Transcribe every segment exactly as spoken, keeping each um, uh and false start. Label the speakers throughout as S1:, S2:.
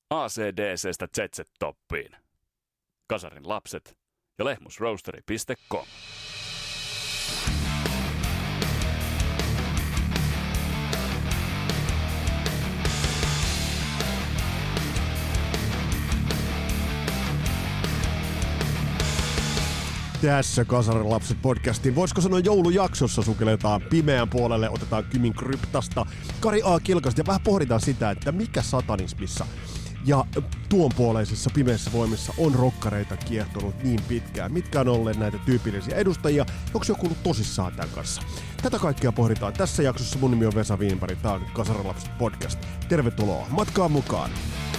S1: A C D C:stä Z Z-toppiin. Kasarin lapset ja lehmusroasteri piste com.
S2: Tässä Kasarin lapset podcastin. Voisiko sanoa joulujaksossa sukelletaan pimeän puolelle, otetaan Kymin kryptasta, Kari A. Kilkasta ja vähän pohditaan sitä, että mikä satanismissa ja tuonpuoleisissa pimeissä voimissa on rokkareita kiehtonut niin pitkään. Mitkä on olleet näitä tyypillisiä edustajia? Onko joku ollut tosissaan tämän kanssa? Tätä kaikkea pohditaan tässä jaksossa. Mun nimi on Vesa Wienberg. Tää on Kasarin lapset podcast. Tervetuloa matkaan mukaan!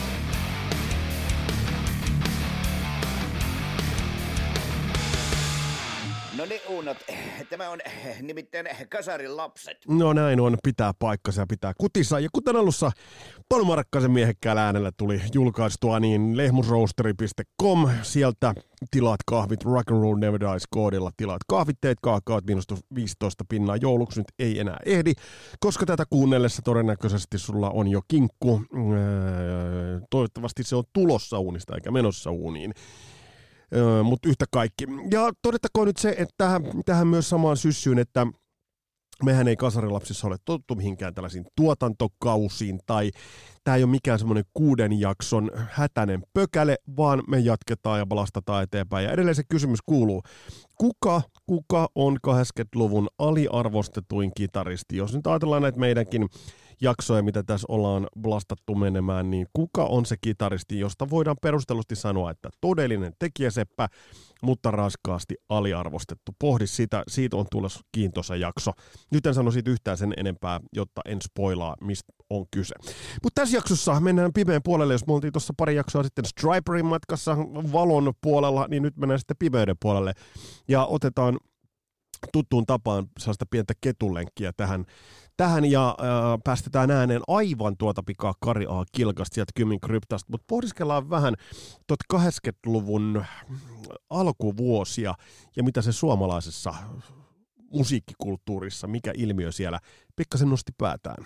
S3: No niin, Uunot, tämä on nimittäin Kasarin lapset.
S2: No näin on, pitää paikkansa ja pitää kutissa. Ja kuten alussa Panu Markkasen miehekkäällä äänellä tuli julkaistua, niin lehmusroasteri piste com, sieltä tilaat kahvit, Rock and Roll Never Dies koodilla tilaat kahvit, teet kaakaot, miinusta viisitoista pinnaa jouluksi, nyt ei enää ehdi, koska tätä kuunnellessa todennäköisesti sulla on jo kinkku. Öö, toivottavasti se on tulossa uunista eikä menossa uuniin. Öö, mutta yhtä kaikki. Ja todettakoon nyt se, että tähän, tähän myös samaan syssyyn, että mehän ei Kasarilapsissa ole tottu mihinkään tällaisiin tuotantokausiin, tai tämä ei ole mikään semmoinen kuuden jakson hätäinen pökäle, vaan me jatketaan ja balastataan eteenpäin. Ja edelleen se kysymys kuuluu, kuka, kuka on kahdeksankymmentäluvun aliarvostetuin kitaristi? Jos nyt ajatellaan näitä meidänkin jaksoja, mitä tässä ollaan blastattu menemään, niin kuka on se kitaristi, josta voidaan perustellusti sanoa, että todellinen tekijäseppä, mutta raskaasti aliarvostettu. Pohdi sitä, siitä on tulossa kiintoisa jakso. Nyt en sano siitä yhtään sen enempää, jotta en spoilaa, mistä on kyse. Mutta tässä jaksossa mennään pimeän puolelle, jos me oltiin tuossa pari jaksoa sitten Striperin matkassa valon puolella, niin nyt mennään sitten pimeyden puolelle ja otetaan tuttuun tapaan sellaista pientä ketulenkkiä tähän, tähän ja äh, päästetään ääneen aivan tuota pikaa Kari A. Kilkasta sieltä Kymin kryptasta, mutta pohdiskellaan vähän tuot kahdeksankymmentäluvun alkuvuosia ja mitä se suomalaisessa musiikkikulttuurissa, mikä ilmiö siellä pikkasen nosti päätään.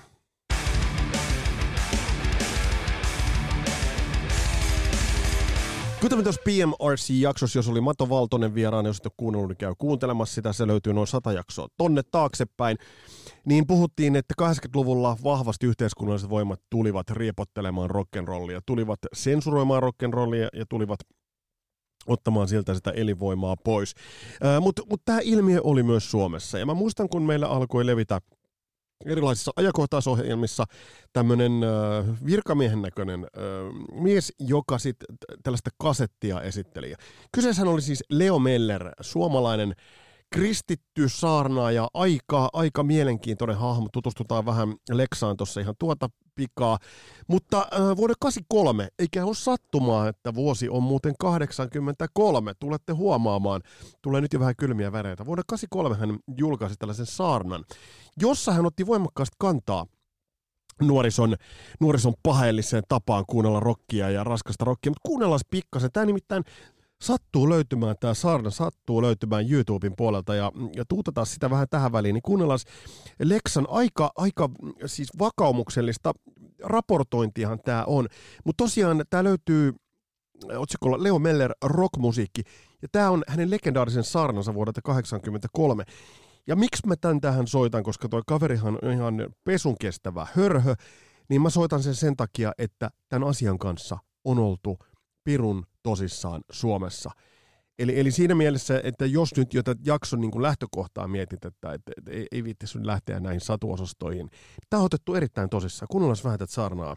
S2: Kuten tuossa P M R C-jaksossa, jos oli Mato Valtonen vieraana, jos et ole kuunnellut, niin käy kuuntelemassa sitä, se löytyy noin sata jaksoa tonne taaksepäin, niin puhuttiin, että kahdeksankymmentäluvulla vahvasti yhteiskunnalliset voimat tulivat riepottelemaan rock'n'rollia, tulivat sensuroimaan rock'n'rollia ja tulivat ottamaan sieltä sitä elinvoimaa pois. Äh, Mutta mut tämä ilmiö oli myös Suomessa, ja mä muistan, kun meillä alkoi levitä erilaisissa ajankohtaisohjelmissa tämmöinen äh, virkamiehen näköinen äh, mies, joka sitten tällaista kasettia esitteli. Kyseessähän oli siis Leo Meller, suomalainen kristitty saarnaaja, aika, aika mielenkiintoinen hahmo. Tutustutaan vähän Leksaan tuossa ihan tuota pikaa. Mutta äh, vuoden kahdeksankymmentäkolme, eikä ole sattumaa, että vuosi on muuten kahdeksankymmentäkolme. Tulette huomaamaan, tulee nyt jo vähän kylmiä väreitä. Vuoden kahdeksankymmentäkolme hän julkaisi tällaisen saarnan, jossa hän otti voimakkaasti kantaa nuorison, nuorison paheelliseen tapaan kuunnella rockia ja raskasta rockia. Mutta kuunnellaan pikkasen. Tämä nimittäin sattuu löytymään, tämä saarna sattuu löytymään YouTuben puolelta ja, ja tuutetaan sitä vähän tähän väliin, niin kuunnellaan Leksan aika, aika siis vakaumuksellista raportointiahan tämä on, mutta tosiaan tämä löytyy otsikolla Leo Meller rockmusiikki ja tämä on hänen legendaarisen saarnansa vuodelta kahdeksankymmentäkolme. Ja miksi mä tämän tähän soitan, koska toi kaverihan on ihan pesun kestävä hörhö, niin mä soitan sen sen takia, että tämän asian kanssa on oltu pirun tosissaan Suomessa. Eli, eli siinä mielessä, että jos nyt jo tätä jakson niin kuin lähtökohtaa mietit, että, että, että ei, ei viitti sun lähteä näihin satuosastoihin, tämä on otettu erittäin tosissaan. Kuunnellaan vähän tätä saarnaa.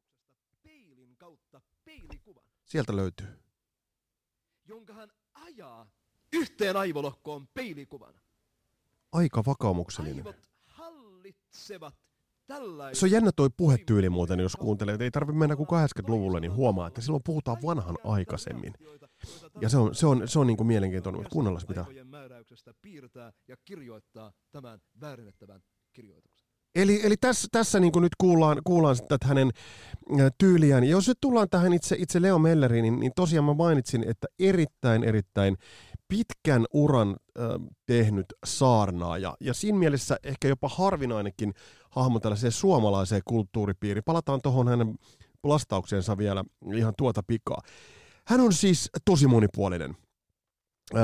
S2: Sieltä löytyy.
S4: Jonka hän ajaa yhteen aivolohkoon peilikuvan.
S2: Aika vakaumuksellinen.
S4: Aivot hallitsevat.
S2: Se on jännä toi puhetyyli muuten, jos kuuntelee, että ei tarvitse mennä kuin kahdeksankymmentäluvulle, niin huomaa, että silloin puhutaan vanhan aikaisemmin. Ja se on, se on, se on niin kuin mielenkiintoinen, mutta kuunnellaan mitä.
S4: Ja kirjoittaa tämän väärennettävän kirjoituksen.
S2: Eli, eli tässä, tässä niin kuin nyt kuullaan, kuullaan sitä, että hänen tyyliään. Ja jos nyt tullaan tähän itse, itse Leo Melleriin, niin, niin tosiaan mä mainitsin, että erittäin, erittäin pitkän uran äh, tehnyt saarnaaja. Ja siinä mielessä ehkä jopa harvinainenkin hahmo tällaiseen suomalaiseen kulttuuripiiriin. Palataan tuohon hänen lastaukseensa vielä ihan tuota pikaa. Hän on siis tosi monipuolinen. Öö,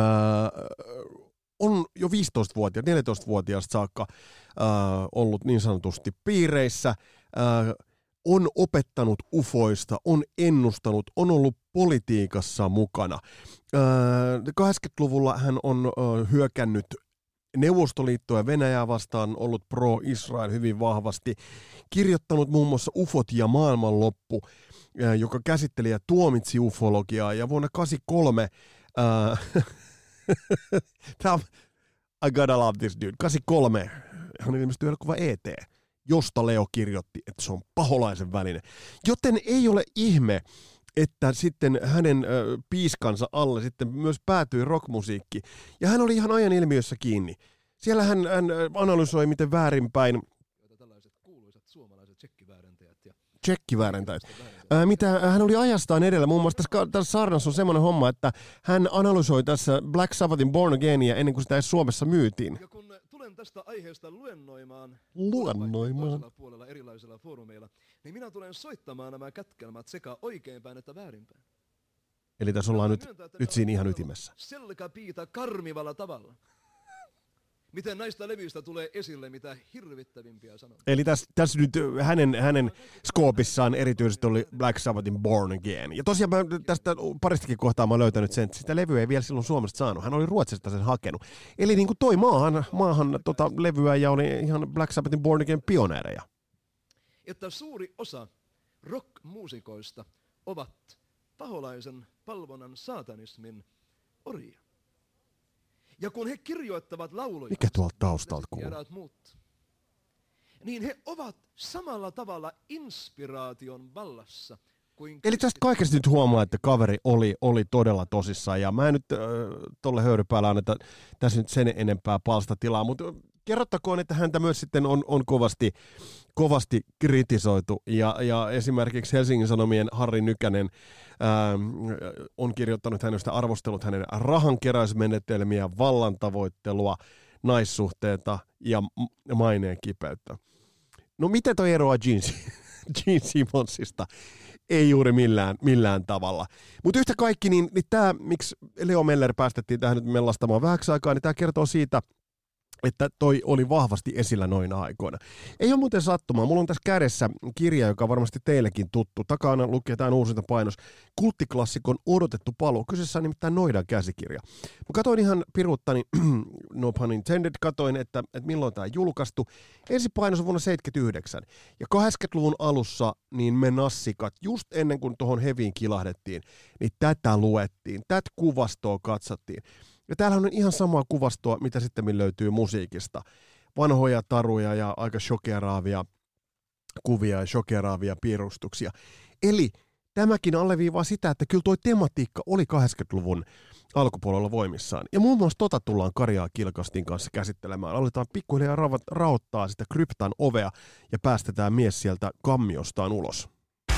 S2: on jo viisitoistavuotias, neljätoistavuotiaasta saakka öö, ollut niin sanotusti piireissä, öö, on opettanut ufoista, on ennustanut, on ollut politiikassa mukana. Öö, kahdeksankymmentäluvulla hän on öö, hyökännyt Neuvostoliittoa ja Venäjää vastaan, ollut pro-Israel hyvin vahvasti, kirjoittanut muun muassa Ufot ja maailmanloppu, joka käsitteli ja tuomitsi ufologiaa, ja vuonna kahdeksankymmentäkolme, uh, tämä I gotta love this dude, kahdeksankymmentäkolme, hän on ilmeisesti elokuva E T, josta Leo kirjoitti, että se on paholaisen väline. Joten ei ole ihme, että sitten hänen ö, piiskansa alle sitten myös päätyi rockmusiikki. Ja hän oli ihan ajan ilmiössä kiinni. Siellä hän, hän analysoi, miten väärinpäin...
S4: Tällaiset kuuluisat suomalaiset tsekkiväärentäjät ja...
S2: Tsekkiväärentäjät. Ää, mitä hän oli ajastaan edellä. Muun muassa tässä, tässä saarnassa on semmoinen homma, että hän analysoi tässä Black Sabbathin Born Againia ennen kuin sitä edes Suomessa myytiin.
S4: Ja kun tulen tästä aiheesta luennoimaan,
S2: luennoimaan.
S4: toisella puolella erilaisilla foorumeilla, niin minä tulen soittamaan nämä kätkelmät sekä oikeinpäin että väärinpäin.
S2: Eli tässä ollaan nyt, nyt siinä ihan ytimessä.
S4: Selkäpiitä karmivalla tavalla. Miten näistä levyistä tulee esille mitä hirvittävimpiä sanoja.
S2: Eli tässä, tässä nyt hänen, hänen skoopissaan erityisesti oli Black Sabbathin Born Again. Ja tosiaan mä tästä paristakin kohtaa mä oon löytänyt sen, että sitä levyä ei vielä silloin Suomesta saanut. Hän oli Ruotsista sen hakenut. Eli niin kuin toi maahan, maahan tota levyä ja oli ihan Black Sabbathin Born Again pioneereja.
S4: Että suuri osa rock-muusikoista ovat paholaisen palvonnan saatanismin orjia. Ja kun he kirjoittavat lauluja,
S2: mikä tuolta taustalta kuuluu?
S4: Muut, niin he ovat samalla tavalla inspiraation vallassa. Kuin
S2: eli tästä kaikesta nyt huomaa, että kaveri oli, oli todella tosissaan. Ja mä en nyt äh, tolle höyrypäällä anneta tässä nyt sen enempää palstatilaa, mutta kerrottakoon, että häntä myös sitten on, on kovasti, kovasti kritisoitu. Ja, ja esimerkiksi Helsingin Sanomien Harri Nykänen ää, on kirjoittanut hänestä, arvostellut hänen rahankeräysmenetelmiä, vallantavoittelua, naissuhteita ja maineen kipeyttä. No miten toi eroaa Gene, Gene Simmonsista? Ei juuri millään, millään tavalla. Mutta yhtä kaikki, niin, niin tämä, miksi Leo Meller päästettiin tähän nyt mellastamaan vähäksi aikaa, niin tämä kertoo siitä, että toi oli vahvasti esillä noina aikoina. Ei ole muuten sattumaa. Mulla on tässä kädessä kirja, joka on varmasti teillekin tuttu. Takana lukee tämä uusinta painos. Kulttiklassikon odotettu paluu. Kyseessä on nimittäin Noidan käsikirja. Mä katsoin ihan piruuttani, no pun intended, katsoin, että, että milloin tämä julkaistu. Ensi painos on vuonna seitsemänkymmentäyhdeksän. Ja kahdeksankymmentäluvun alussa niin me nassikat, just ennen kuin tuohon heviin kilahdettiin, niin tätä luettiin. Tätä kuvastoa katsottiin. Ja täällähän on ihan samaa kuvastoa, mitä sitten löytyy musiikista. Vanhoja taruja ja aika shokeraavia kuvia ja shokeraavia piirustuksia. Eli tämäkin alleviivaa sitä, että kyllä tuo tematiikka oli kahdeksankymmentäluvun alkupuolella voimissaan. Ja muun muassa tota tullaan Kari A. Kilkastin kanssa käsittelemään. Aletaan pikkuhiljaa raottaa sitä kryptan ovea ja päästetään mies sieltä kammiostaan ulos.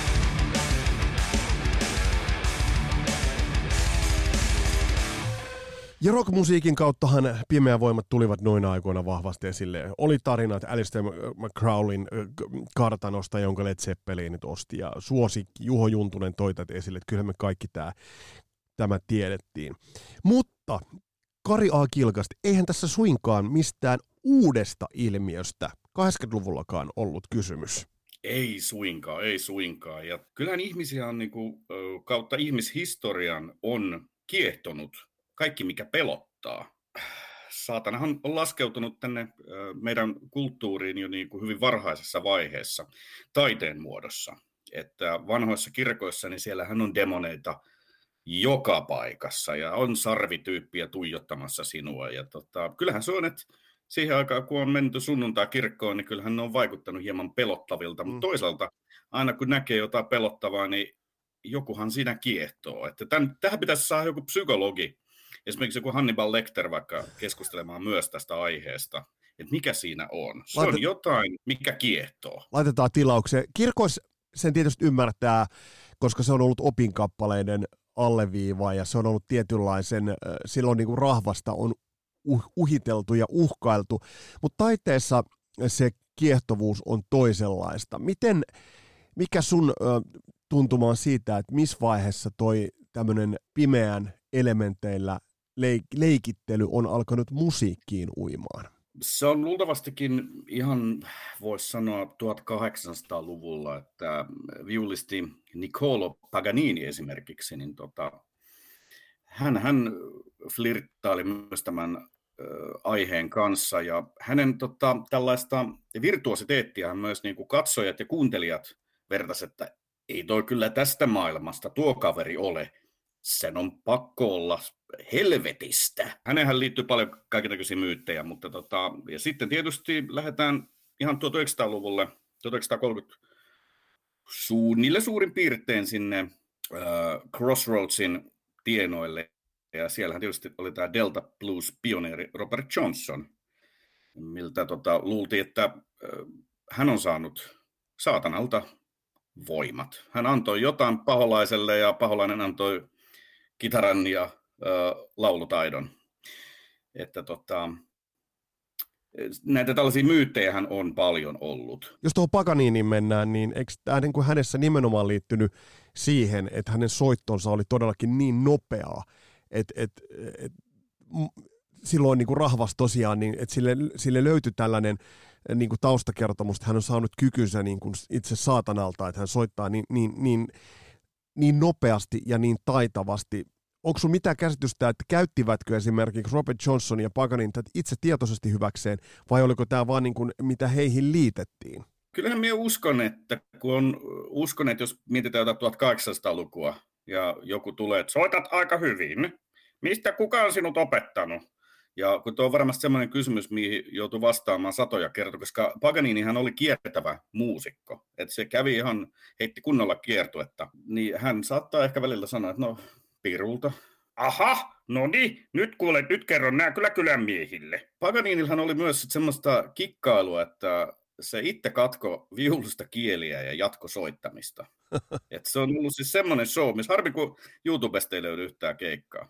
S2: Ja rockmusiikin kauttahan pimeävoimat tulivat noina aikoina vahvasti esille. Oli tarinat Alistair McCrowlin kartanosta, jonka Led Zeppelinit osti, ja suosikki Juho Juntunen toi tätä esille, että kyllä me kaikki tämä, tämä tiedettiin. Mutta Kari A. Kilkast, eihän tässä suinkaan mistään uudesta ilmiöstä kahdeksankymmentäluvullakaan ollut kysymys.
S5: Ei suinkaan, ei suinkaan. Ja kyllähän ihmisiä on niin kuin, kautta ihmishistorian on kiehtonut kaikki, mikä pelottaa. Saatanahan on laskeutunut tänne meidän kulttuuriin jo niin kuin hyvin varhaisessa vaiheessa taiteen muodossa. Että vanhoissa kirkoissa, niin siellähän on demoneita joka paikassa ja on sarvityyppiä tuijottamassa sinua. Ja tota, kyllähän se on, että siihen aikaan, kun on menty sunnuntai kirkkoon, niin kyllähän ne on vaikuttanut hieman pelottavilta. Mutta toisaalta, aina kun näkee jotain pelottavaa, niin jokuhan siinä kiehtoo. Että tämän, tähän pitäisi saada joku psykologi, esimerkiksi joku Hannibal Lecter vaikka keskustelemaan myös tästä aiheesta, että mikä siinä on. Se Laitet... on jotain, mikä kiehtoo.
S2: Laitetaan tilaukseen. Kirkoissa sen tietysti ymmärtää, koska se on ollut opinkappaleiden alleviiva ja se on ollut tietynlaisen, silloin niin kuin rahvasta on uh, uhiteltu ja uhkailtu, mutta taiteessa se kiehtovuus on toisenlaista. Miten, mikä sun ö, tuntuma on siitä, että missä vaiheessa toi tämmöinen pimeän elementeillä leik- leikittely on alkanut musiikkiin uimaan?
S5: Se on luultavastikin ihan, voisi sanoa, tuhatkahdeksansataaluvulla, että viulisti Niccolò Paganini esimerkiksi, niin tota, hän, hän flirttaili myös tämän ö, aiheen kanssa, ja hänen tota, tällaista virtuositeettia myös niin kuin katsojat ja kuuntelijat vertasivat, että ei toi kyllä tästä maailmasta tuo kaveri ole, sen on pakko olla helvetistä. Hänenhän liittyy paljon kaikennäköisiä myyttejä, mutta tota, ja sitten tietysti lähdetään ihan tuhatyhdeksänsataaluvulle, tuhatyhdeksänsataakolmekymmentä suunnille suurin piirtein sinne äh, Crossroadsin tienoille, ja siellähän tietysti oli tämä Delta Blues-pioneeri Robert Johnson, miltä tota, luultiin, että äh, hän on saanut saatanalta voimat. Hän antoi jotain paholaiselle, ja paholainen antoi kitaran ja ö, laulutaidon. Että tota, näitä tällaisia myyttejähän on paljon ollut.
S2: Jos tuohon Paganiniin mennään, niin eikö tämä niin kuin hänessä nimenomaan liittynyt siihen, että hänen soittonsa oli todellakin niin nopeaa, että et, et, silloin niin kuin rahvas tosiaan, niin että sille, sille löytyi tällainen niin kuin taustakertomus, että hän on saanut kykynsä niin kuin itse saatanalta, että hän soittaa niin, niin, niin, niin nopeasti ja niin taitavasti. Onko sinulla mitään käsitystä, että käyttivätkö esimerkiksi Robert Johnson ja Paganini tätä itse tietoisesti hyväkseen, vai oliko tämä vaan niin kuin, mitä heihin liitettiin?
S5: Kyllähän minä uskon, että kun on, uskon, että jos mietitään jotain tuhatkahdeksansataalukua ja joku tulee, että soitat aika hyvin, mistä kuka on sinut opettanut? Ja kun tuo on varmasti sellainen kysymys, mihin joutuu vastaamaan satoja kertoja, koska Paganinihan oli kiertävä muusikko, että se kävi ihan, heitti kunnolla kiertuetta, niin hän saattaa ehkä välillä sanoa, että no pirulta. Aha, no niin, nyt kuulet, nyt kerron nämä kyllä kylän miehille. Paganinillahan oli myös semmoista kikkailua, että se itse katko viulusta kieliä ja jatko soittamista. Et se on ollut siis semmoinen show, missä harmi kun YouTubesta ei löydy yhtään keikkaa.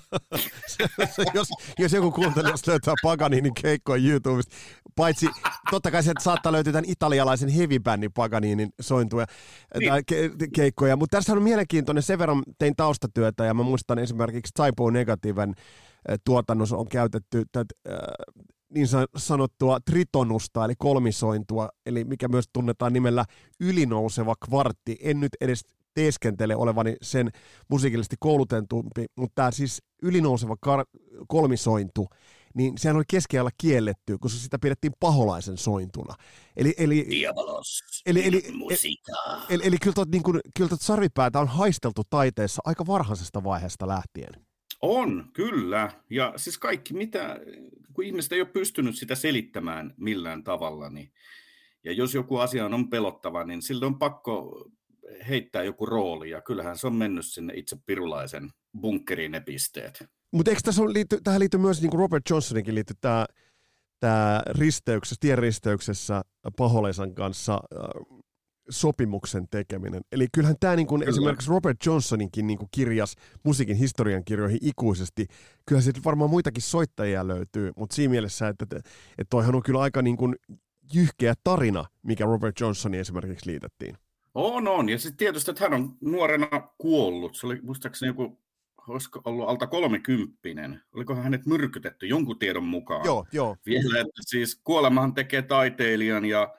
S2: jos, jos joku kuuntelijasta löytää Paganinin keikkoja YouTubesta, paitsi totta kai sieltä saattaa löytyä tämän italialaisen heavy-bändin Paganinin sointuja niin. ke- keikkoja, mutta tässä on mielenkiintoinen, sen verran tein taustatyötä ja mä muistan esimerkiksi Typo Negativen tuotannossa on käytetty tätä äh, niin sanottua tritonusta, eli kolmisointua, eli mikä myös tunnetaan nimellä ylinouseva kvartti. En nyt edes teeskentele olevani sen musiikillisesti koulutentumpi, mutta tämä siis ylinouseva kar- kolmisointu, niin sehän oli keskiajalla kielletty, koska sitä pidettiin paholaisen sointuna. Eli, eli,
S3: Diabolos,
S2: eli, eli,
S3: musiikkaa.
S2: eli, eli kyllä tuota niin sarvipäätä on haisteltu taiteessa aika varhaisesta vaiheesta lähtien.
S5: On, kyllä. Ja siis kaikki, mitä, kun ihmiset ei ole pystynyt sitä selittämään millään tavalla, niin, ja jos joku asia on pelottava, niin silloin on pakko heittää joku rooli, ja kyllähän se on mennyt sinne itse pirulaisen bunkkeriin ne pisteet.
S2: Mutta eikö tässä liitty, tähän liittyy myös, niin kuin Robert Johnsoninkin liittyy tämä, tämä risteyksessä, tienristeyksessä Paholeisan kanssa äh, sopimuksen tekeminen. Eli kyllähän tämä niin kuin esimerkiksi Robert Johnsoninkin niin kuin kirjas musiikin historian kirjoihin ikuisesti. Kyllähän siitä varmaan muitakin soittajia löytyy, mutta siinä mielessä, että, että, että toihan on kyllä aika niin kuin jyhkeä tarina, mikä Robert Johnsonin esimerkiksi liitettiin.
S5: On, on. Ja sitten tietysti, että hän on nuorena kuollut. Se oli muistaakseni joku, olisiko ollut alta kolmekymppinen. Olikohan hänet myrkytetty jonkun tiedon mukaan?
S2: Joo, joo.
S5: Vielä, että siis kuolemahan tekee taiteilijan ja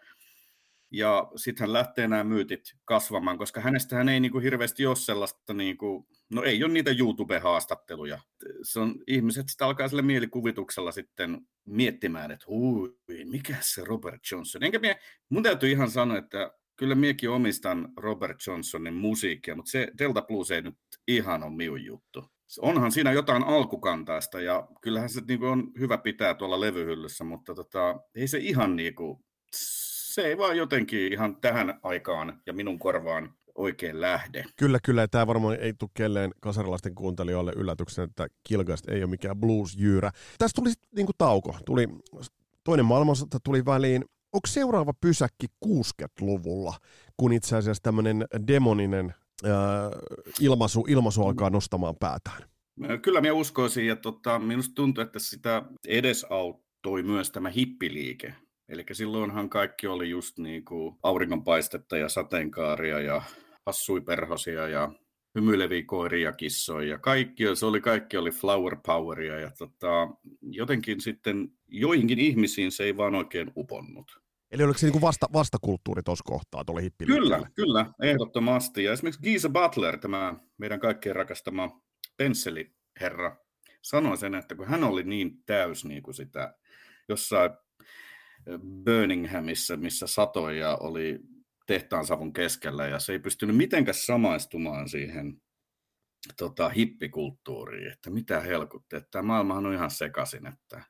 S5: Ja sitten hän lähtee nämä myytit kasvamaan, koska hänestähän ei niinku hirveästi ole sellaista, niinku, no ei ole niitä YouTube-haastatteluja. Se on, ihmiset sitä alkaa sille mielikuvituksella sitten miettimään, että hui, mikä se Robert Johnson. Enkä mie, mun täytyy ihan sanoa, että kyllä miekin omistan Robert Johnsonin musiikkia, mutta se Delta Blues ei nyt ihan ole minun juttu. Onhan siinä jotain alkukantaista ja kyllähän se niinku on hyvä pitää tuolla levyhyllyssä, mutta tota, ei se ihan niinku... Se ei vaan jotenkin ihan tähän aikaan ja minun korvaan oikein lähde.
S2: Kyllä, kyllä. Tämä varmaan ei tule kelleen kasarilaisten kuuntelijoille yllätyksen, että Kilgast ei ole mikään blues-jyyrä. Tässä tuli sitten niinku tauko. Tuli toinen maailmansota tuli väliin. Onko seuraava pysäkki kuusikymmentäluvulla, kun itse asiassa tämmöinen demoninen äh, ilmaisu, ilmaisu alkaa nostamaan päätään?
S5: Kyllä minä uskoisin, ja tota, minusta tuntuu, että sitä edesauttoi myös tämä hippiliike. Eli silloinhan kaikki oli just niin kuin auringonpaistetta ja sateenkaaria ja hassuiperhosia ja hymyileviä koiria ja kissoja ja kaikki, se oli, kaikki oli flower poweria ja tota, jotenkin sitten joihinkin ihmisiin se ei vaan oikein uponnut.
S2: Eli oliko se niin kuin vasta, vastakulttuuri tuossa kohtaa tuolle hippiliikkeelle?
S5: Kyllä, kyllä, ehdottomasti. Ja esimerkiksi Geeza Butler, tämä meidän kaikkien rakastama pensseliherra, sanoi sen, että kun hän oli niin täys niin kuin sitä jossain Birminghamissa, missä satoja oli tehtaan savun keskellä, ja se ei pystynyt mitenkään samaistumaan siihen tota, hippikulttuuriin, että mitä helkutti, että tämä maailmahan on ihan sekaisin. Että...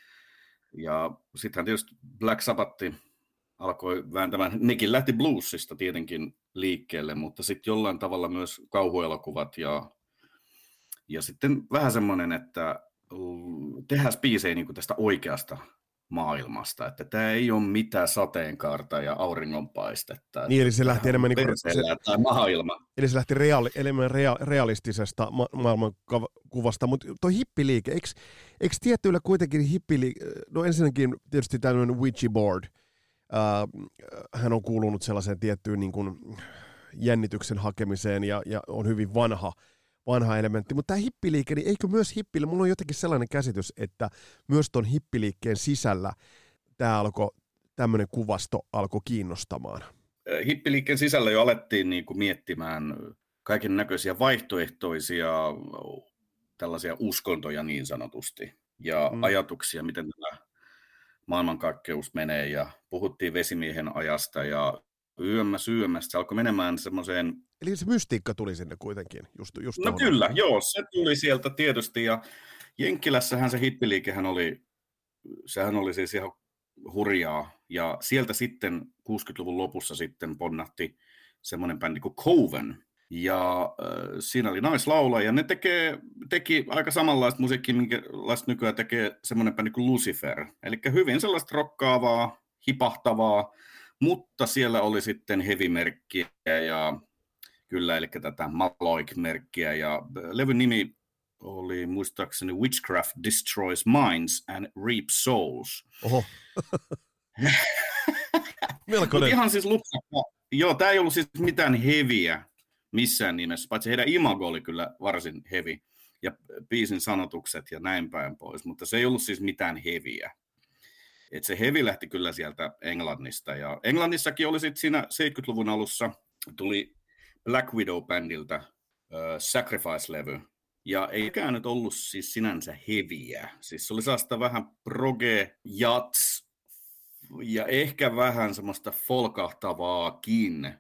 S5: Ja sittenhän tietysti Black Sabbath alkoi vääntämään, nekin lähti bluesista tietenkin liikkeelle, mutta sitten jollain tavalla myös kauhuelokuvat ja, ja sitten vähän semmoinen, että tehdään biisejä niin kuin tästä oikeasta maailmasta, että tämä ei ole mitään sateenkaarta ja auringonpaistetta.
S2: Niin, eli se lähti enemmän niin kuin, se,
S5: tai maailma.
S2: Eli se lähti reaali, enemmän rea, realistisesta ma- maailmankuvasta, mutta tuo hippiliike, eikö, eikö tietyillä kuitenkin hippiliike, no ensinnäkin tietysti tämmöinen Ouija board, äh, hän on kuulunut sellaiseen tiettyyn niin kuin jännityksen hakemiseen ja, ja on hyvin vanha, vanha elementti, mutta tämä hippiliike, niin eikö myös hippille, mulla on jotenkin sellainen käsitys, että myös ton hippiliikkeen sisällä tämä alkoi, tämmöinen kuvasto alkoi kiinnostamaan.
S5: Hippiliikkeen sisällä jo alettiin niin kuin miettimään kaiken näköisiä vaihtoehtoisia tällaisia uskontoja niin sanotusti ja mm. ajatuksia, miten tämä maailmankaikkeus menee ja puhuttiin vesimiehen ajasta ja yömmäs yömmäs, se alkoi menemään semmoiseen...
S2: Eli se mystiikka tuli sinne kuitenkin. Just, just
S5: no kyllä, on. Joo, se tuli sieltä tietysti, ja Jenkkilässähän se hippiliikehän oli, sehän oli siis ihan hurjaa, ja sieltä sitten kuusikymmentäluvun lopussa sitten ponnahti semmoinen bändi kuin Coven, ja äh, siinä oli naislaulaja, ja ne tekee, teki aika samanlaista musiikkia, minkälaista nykyään tekee semmoinen bändi kuin Lucifer, eli hyvin sellaista rokkaavaa, hipahtavaa, mutta siellä oli sitten heavy-merkkiä ja kyllä, eli tätä Maloik-merkkiä, ja levyn nimi oli muistaakseni Witchcraft Destroys Minds and Reaps Souls.
S2: Oho. Melkoinen.
S5: Ihan siis lupsakka. Joo, tämä ei ollut siis mitään heviä missään nimessä, paitsi heidän imago oli kyllä varsin heavy, ja biisin sanotukset ja näin päin pois, mutta se ei ollut siis mitään heviä. Et se heavy lähti kyllä sieltä Englannista, ja Englannissakin oli sitten siinä seitsemänkymmentäluvun alussa, tuli Black Widow-bändiltä äh, Sacrifice-levy, ja ei ikään nyt ollut siis sinänsä heviä. Siis se oli sellaista vähän proge, jats, ja ehkä vähän semmoista folkahtavaakin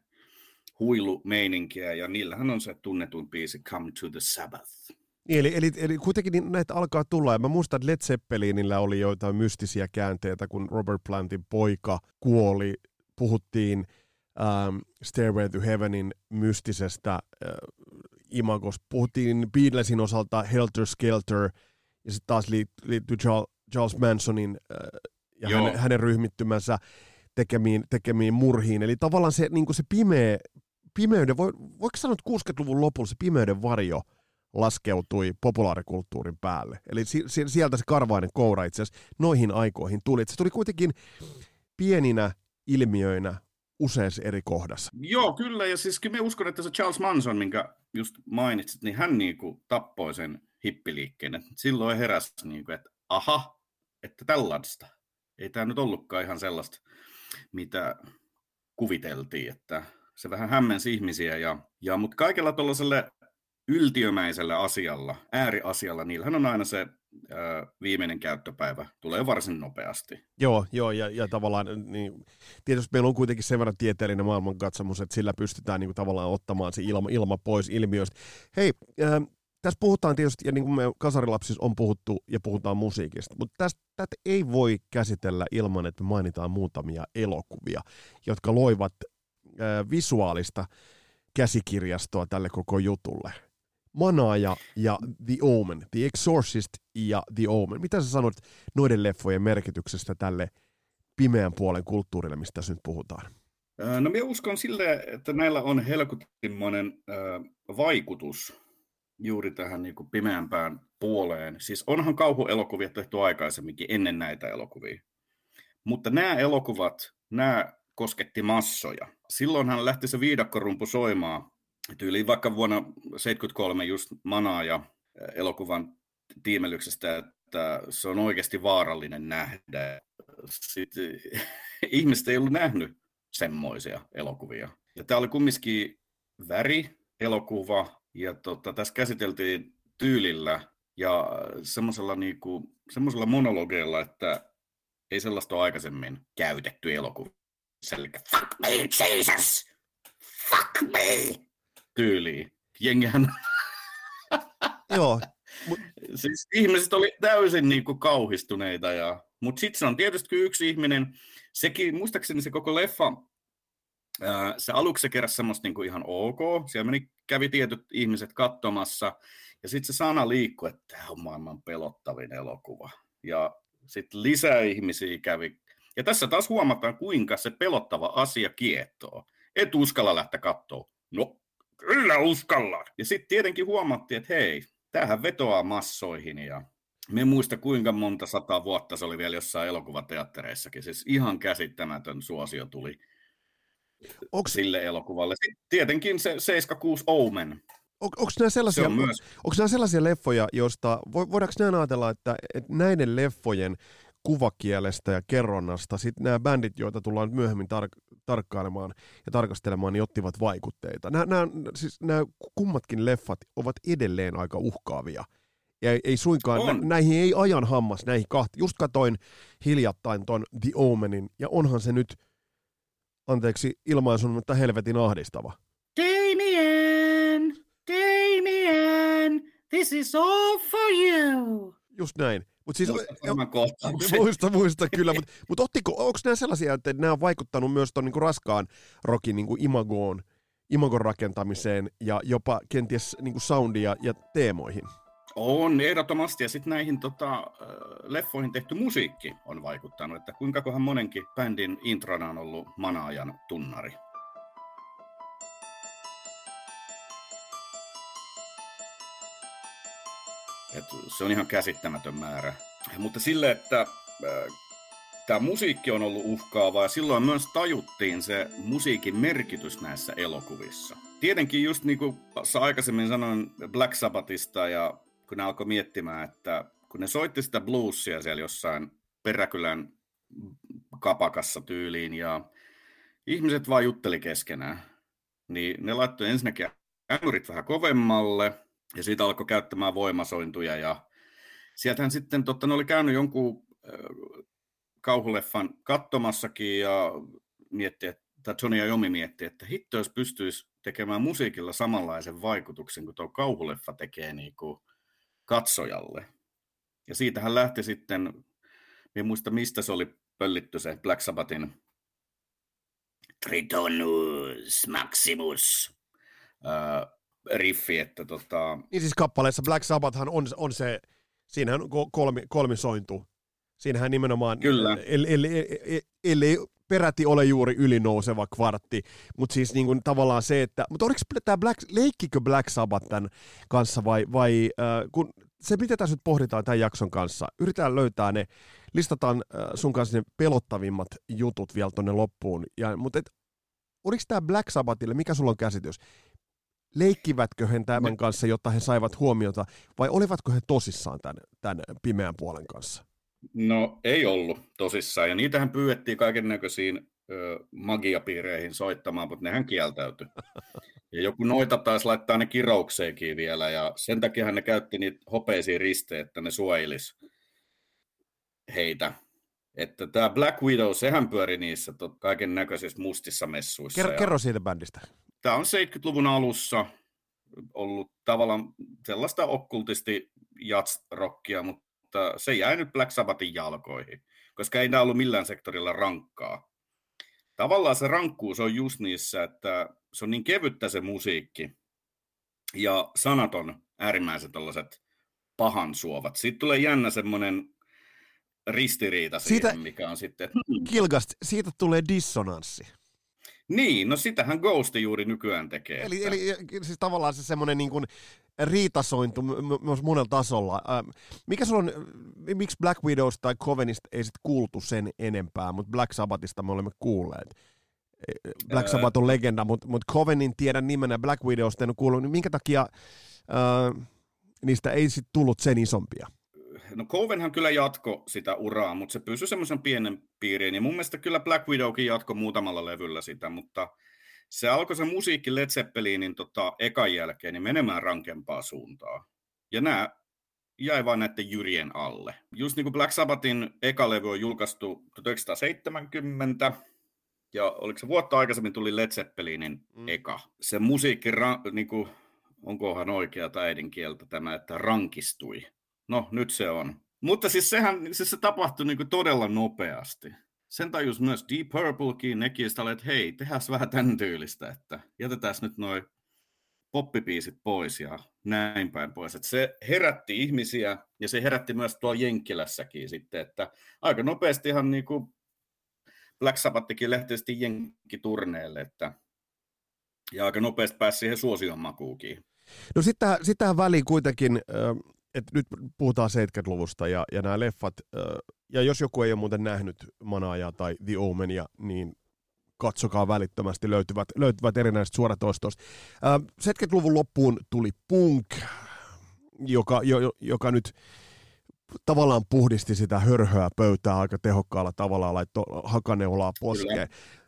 S5: huilumeininkiä, ja niillähän on se tunnetuin biisi Come to the Sabbath.
S2: Eli, eli, eli kuitenkin näitä alkaa tulla, ja mä muistan, että Led Zeppelinillä oli joitain mystisiä käänteitä, kun Robert Plantin poika kuoli, puhuttiin ähm, Stairway to Heavenin mystisestä äh, imagosta, puhuttiin Beatlesin osalta Helter Skelter, ja sitten taas liittyy Charles Mansonin äh, ja hänen, hänen ryhmittymänsä tekemiin, tekemiin murhiin, eli tavallaan se, niin kuin se pimeä, pimeyden, voi, voiko sanoa, että kuusikymmentäluvun lopulla se pimeyden varjo laskeutui populaarikulttuurin päälle. Eli si- sieltä se karvainen koura itse asiassa noihin aikoihin tuli. Et se tuli kuitenkin pieninä ilmiöinä useassa eri kohdassa.
S5: Joo, kyllä. Ja siis kyllä mä uskon, että se Charles Manson, minkä just mainitsit, niin hän niinku tappoi sen hippiliikkeen. Et silloin heräsi, niinku, että aha, että tällaista. Ei tämä nyt ollutkaan ihan sellaista, mitä kuviteltiin. Että se vähän hämmensi ihmisiä. Ja, ja, mutta kaikella tuollaiselle yltiömäisellä asialla, ääriasialla, niillähän on aina se ää, viimeinen käyttöpäivä, tulee varsin nopeasti.
S2: Joo, joo ja, ja tavallaan, niin, tietysti meillä on kuitenkin sen verran tieteellinen maailmankatsomus, että sillä pystytään niin kuin, tavallaan ottamaan se ilma, ilma pois ilmiöistä. Hei, ää, tässä puhutaan tietysti, ja niin kuin me Kasarilapsissa on puhuttu, ja puhutaan musiikista, mutta tästä, tätä ei voi käsitellä ilman, että me mainitaan muutamia elokuvia, jotka loivat ää, visuaalista käsikirjastoa tälle koko jutulle. Manaaja ja The Omen, The Exorcist ja The Omen. Mitä sä sanot noiden leffojen merkityksestä tälle pimeän puolen kulttuurille, mistä tässä nyt puhutaan?
S5: No minä uskon sille, että näillä on helkutinmoinen äh, vaikutus juuri tähän niin kuin pimeämpään puoleen. Siis onhan kauhuelokuvia tehty aikaisemminkin ennen näitä elokuvia. Mutta nämä elokuvat, nämä kosketti massoja. Silloin hän lähti se viidakkorumpu soimaan. Tyyliin vaikka vuonna seitsemänkymmentäkolme just Manaa ja elokuvan tiimelyksestä, että se on oikeasti vaarallinen nähdä. Sitten ihmiset ei ollut nähnyt semmoisia elokuvia. Ja tämä oli kumminkin väri-elokuva, ja tota, tässä käsiteltiin tyylillä ja semmoisella niinku, semmoisella monologeilla, että ei sellaista ole aikaisemmin käytetty elokuva. Selkä, fuck me, Jesus! Fuck me! Tyyliin. Jengihän...
S2: Joo.
S5: Mut... Siis ihmiset oli täysin niinku kauhistuneita. Ja... Mutta sitten se on tietysti yksi ihminen, sekin, muistaakseni se koko leffa, ää, se aluksi se keräsi semmoista niinku ihan ok. Siellä meni, kävi tietyt ihmiset katsomassa. Ja sitten se sana liikkui, että tämä on maailman pelottavin elokuva. Ja sitten lisää ihmisiä kävi. Ja tässä taas huomataan, kuinka se pelottava asia kiehtoo. Et uskalla lähteä katsoa. No, kyllä uskallaan. Ja sitten tietenkin huomattiin, että hei, tämähän vetoaa massoihin. Ja me muista, kuinka monta sata vuotta se oli vielä jossain elokuvateattereissakin. Siis ihan käsittämätön suosio tuli Onks... sille elokuvalle. Sitten tietenkin se seitsemänkymmentäkuusi Omen.
S2: On, onko nämä sellaisia, on myös... onko nämä sellaisia leffoja, joista, voidaanko näin ajatella, että, että näiden leffojen kuvakielestä ja kerronnasta sitten nämä bändit, joita tullaan myöhemmin tar- tarkkailemaan ja tarkastelemaan, niin ottivat vaikutteita. Nämä, nämä, siis nämä kummatkin leffat ovat edelleen aika uhkaavia. Ja ei, ei suinkaan, nä, näihin ei ajan hammas, näihin kahti. Just katoin hiljattain ton The Omenin, ja onhan se nyt, anteeksi ilmaisun, mutta helvetin ahdistava.
S5: Damien! Damien! This is all for you!
S2: Just näin. Mut siis, muista, muista kyllä, mutta mut ottiko, onko nämä sellaisia, että nämä on vaikuttanut myös tuon niinku raskaan rockin niinku imagoon, imagon rakentamiseen ja jopa kenties niinku soundia ja teemoihin?
S5: On, ehdottomasti. Ja sitten näihin tota, leffoihin tehty musiikki on vaikuttanut, että kuinka kohan monenkin bändin introna on ollut Manaajan tunnari. Et se on ihan käsittämätön määrä. Mutta sille, että äh, tämä musiikki on ollut uhkaavaa, ja silloin myös tajuttiin se musiikin merkitys näissä elokuvissa. Tietenkin just niin kuin aikaisemmin sanoin Black Sabbathista, ja kun ne alkoi miettimään, että kun ne soitti sitä bluesia siellä jossain Peräkylän kapakassa tyyliin, ja ihmiset vaan jutteli keskenään, niin ne laittoi ensinnäkin ämyrit vähän kovemmalle, ja siitä alkoi käyttämään voimasointuja, ja sieltähän sitten totta, ne oli käynyt jonkun äh, kauhuleffan katsomassakin, ja mietti, että Tony Iommi mietti, että hitto, jos pystyisi tekemään musiikilla samanlaisen vaikutuksen kuin tuo kauhuleffa tekee niin kuin katsojalle. Ja siitähän lähti sitten, en muista mistä se oli pöllitty se Black Sabbathin Tritonus Maximus äh, riffi, että tota...
S2: Niin siis kappaleessa Black Sabbathhan on, on se, siinähän on kolmi, kolmisointu. Siinähän nimenomaan,
S5: Kyllä.
S2: Ellei el, el, el, el, peräti ole juuri ylinouseva kvartti, mutta siis niin kuin tavallaan se, että, mutta oliko tämä Black, leikkikö Black Sabbath tämän kanssa vai, vai äh, kun se mitä tässä nyt pohditaan tämän jakson kanssa, yritetään löytää ne, listataan äh, sun kanssa ne pelottavimmat jutut vielä tuonne loppuun, ja, mutta et, oliko tämä Black Sabbathille, mikä sulla on käsitys? Leikkivätkö he tämän kanssa, jotta he saivat huomiota, vai olivatko he tosissaan tämän, tämän pimeän puolen kanssa?
S5: No ei ollut tosissaan, ja niitähän pyydettiin kaikennäköisiin ö, magiapiireihin soittamaan, mutta nehän kieltäytyi. Ja joku noita taas laittaa ne kiroukseenkin vielä, ja sen takia ne käytti niitä hopeisia ristejä, että ne suojelisi heitä. Että tämä Black Widow, sehän pyöri niissä kaiken näköisissä mustissa messuissa.
S2: Kerro, kerro siitä bändistä.
S5: Tämä on seitsemänkymmentäluvun alussa ollut tavallaan sellaista okkultisti jazz-rockia, mutta se jäi nyt Black Sabbathin jalkoihin, koska ei tämä ollut millään sektorilla rankkaa. Tavallaan se rankkuus on just niissä, että se on niin kevyttä se musiikki ja sanat on äärimmäiset tällaiset pahan suovat. Siitä tulee jännä semmoinen ristiriita siihen, siitä, mikä on sitten... Hmm.
S2: Kilgast, siitä tulee dissonanssi.
S5: Niin, no sitähän Ghost juuri nykyään tekee.
S2: Eli, eli siis tavallaan se semmoinen niin kuin, riitasointu myös monella tasolla. Mikä sulla on, miksi Black Widowsta tai Covenista ei sitten kuultu sen enempää, mutta Black Sabbathista me olemme kuulleet. Black Sabbath on legenda, mutta mut Covenin tiedän nimenä, Black Widowsta en ole kuullut, niin minkä takia äh, niistä ei sitten tullut sen isompia?
S5: No Covenhan kyllä jatko sitä uraa, mutta se pysyi semmoisen pienen piiriin, ja mun mielestä kyllä Black Widowkin jatko muutamalla levyllä sitä, mutta se alkoi se musiikki Led Zeppelinin tota, ekan jälkeen niin menemään rankempaa suuntaa. Ja nämä jäi vain näiden jyrien alle. Just niin kuin Black Sabbathin eka levy on julkaistu tuhatyhdeksänsataaseitsemänkymmentä, ja oliko se vuotta aikaisemmin tuli Led Zeppelinin mm. eka. Se musiikki, niin kuin, onkohan oikeata äidinkieltä tämä, että rankistui. No, nyt se on. Mutta siis sehän siis se tapahtui niin kuin todella nopeasti. Sen tajus myös Deep Purplekin, nekin sitä oli, että hei, tehdään vähän tämän tyylistä, että jätetään nyt noi poppipiisit pois ja näin päin pois. Että se herätti ihmisiä ja se herätti myös tuolla Jenkkilässäkin sitten, että aika nopeastihan niin kuin Black Sabbathikin lähti sitten jenkkiturneelle, että ja aika nopeasti pääsi siihen suosion makuukin.
S2: No sitten sit tähän väliin kuitenkin, että nyt puhutaan seitsemänkymmentäluvusta ja, ja nämä leffat, ja jos joku ei ole muuten nähnyt Manaajaa tai The Omenia, niin katsokaa välittömästi, löytyvät, löytyvät erinäiset suoratoistoista. seitsemänkymmentäluvun loppuun tuli punk, joka, jo, joka nyt tavallaan puhdisti sitä hörhöä pöytää aika tehokkaalla tavalla, laittoi hakaneulaa poskeen.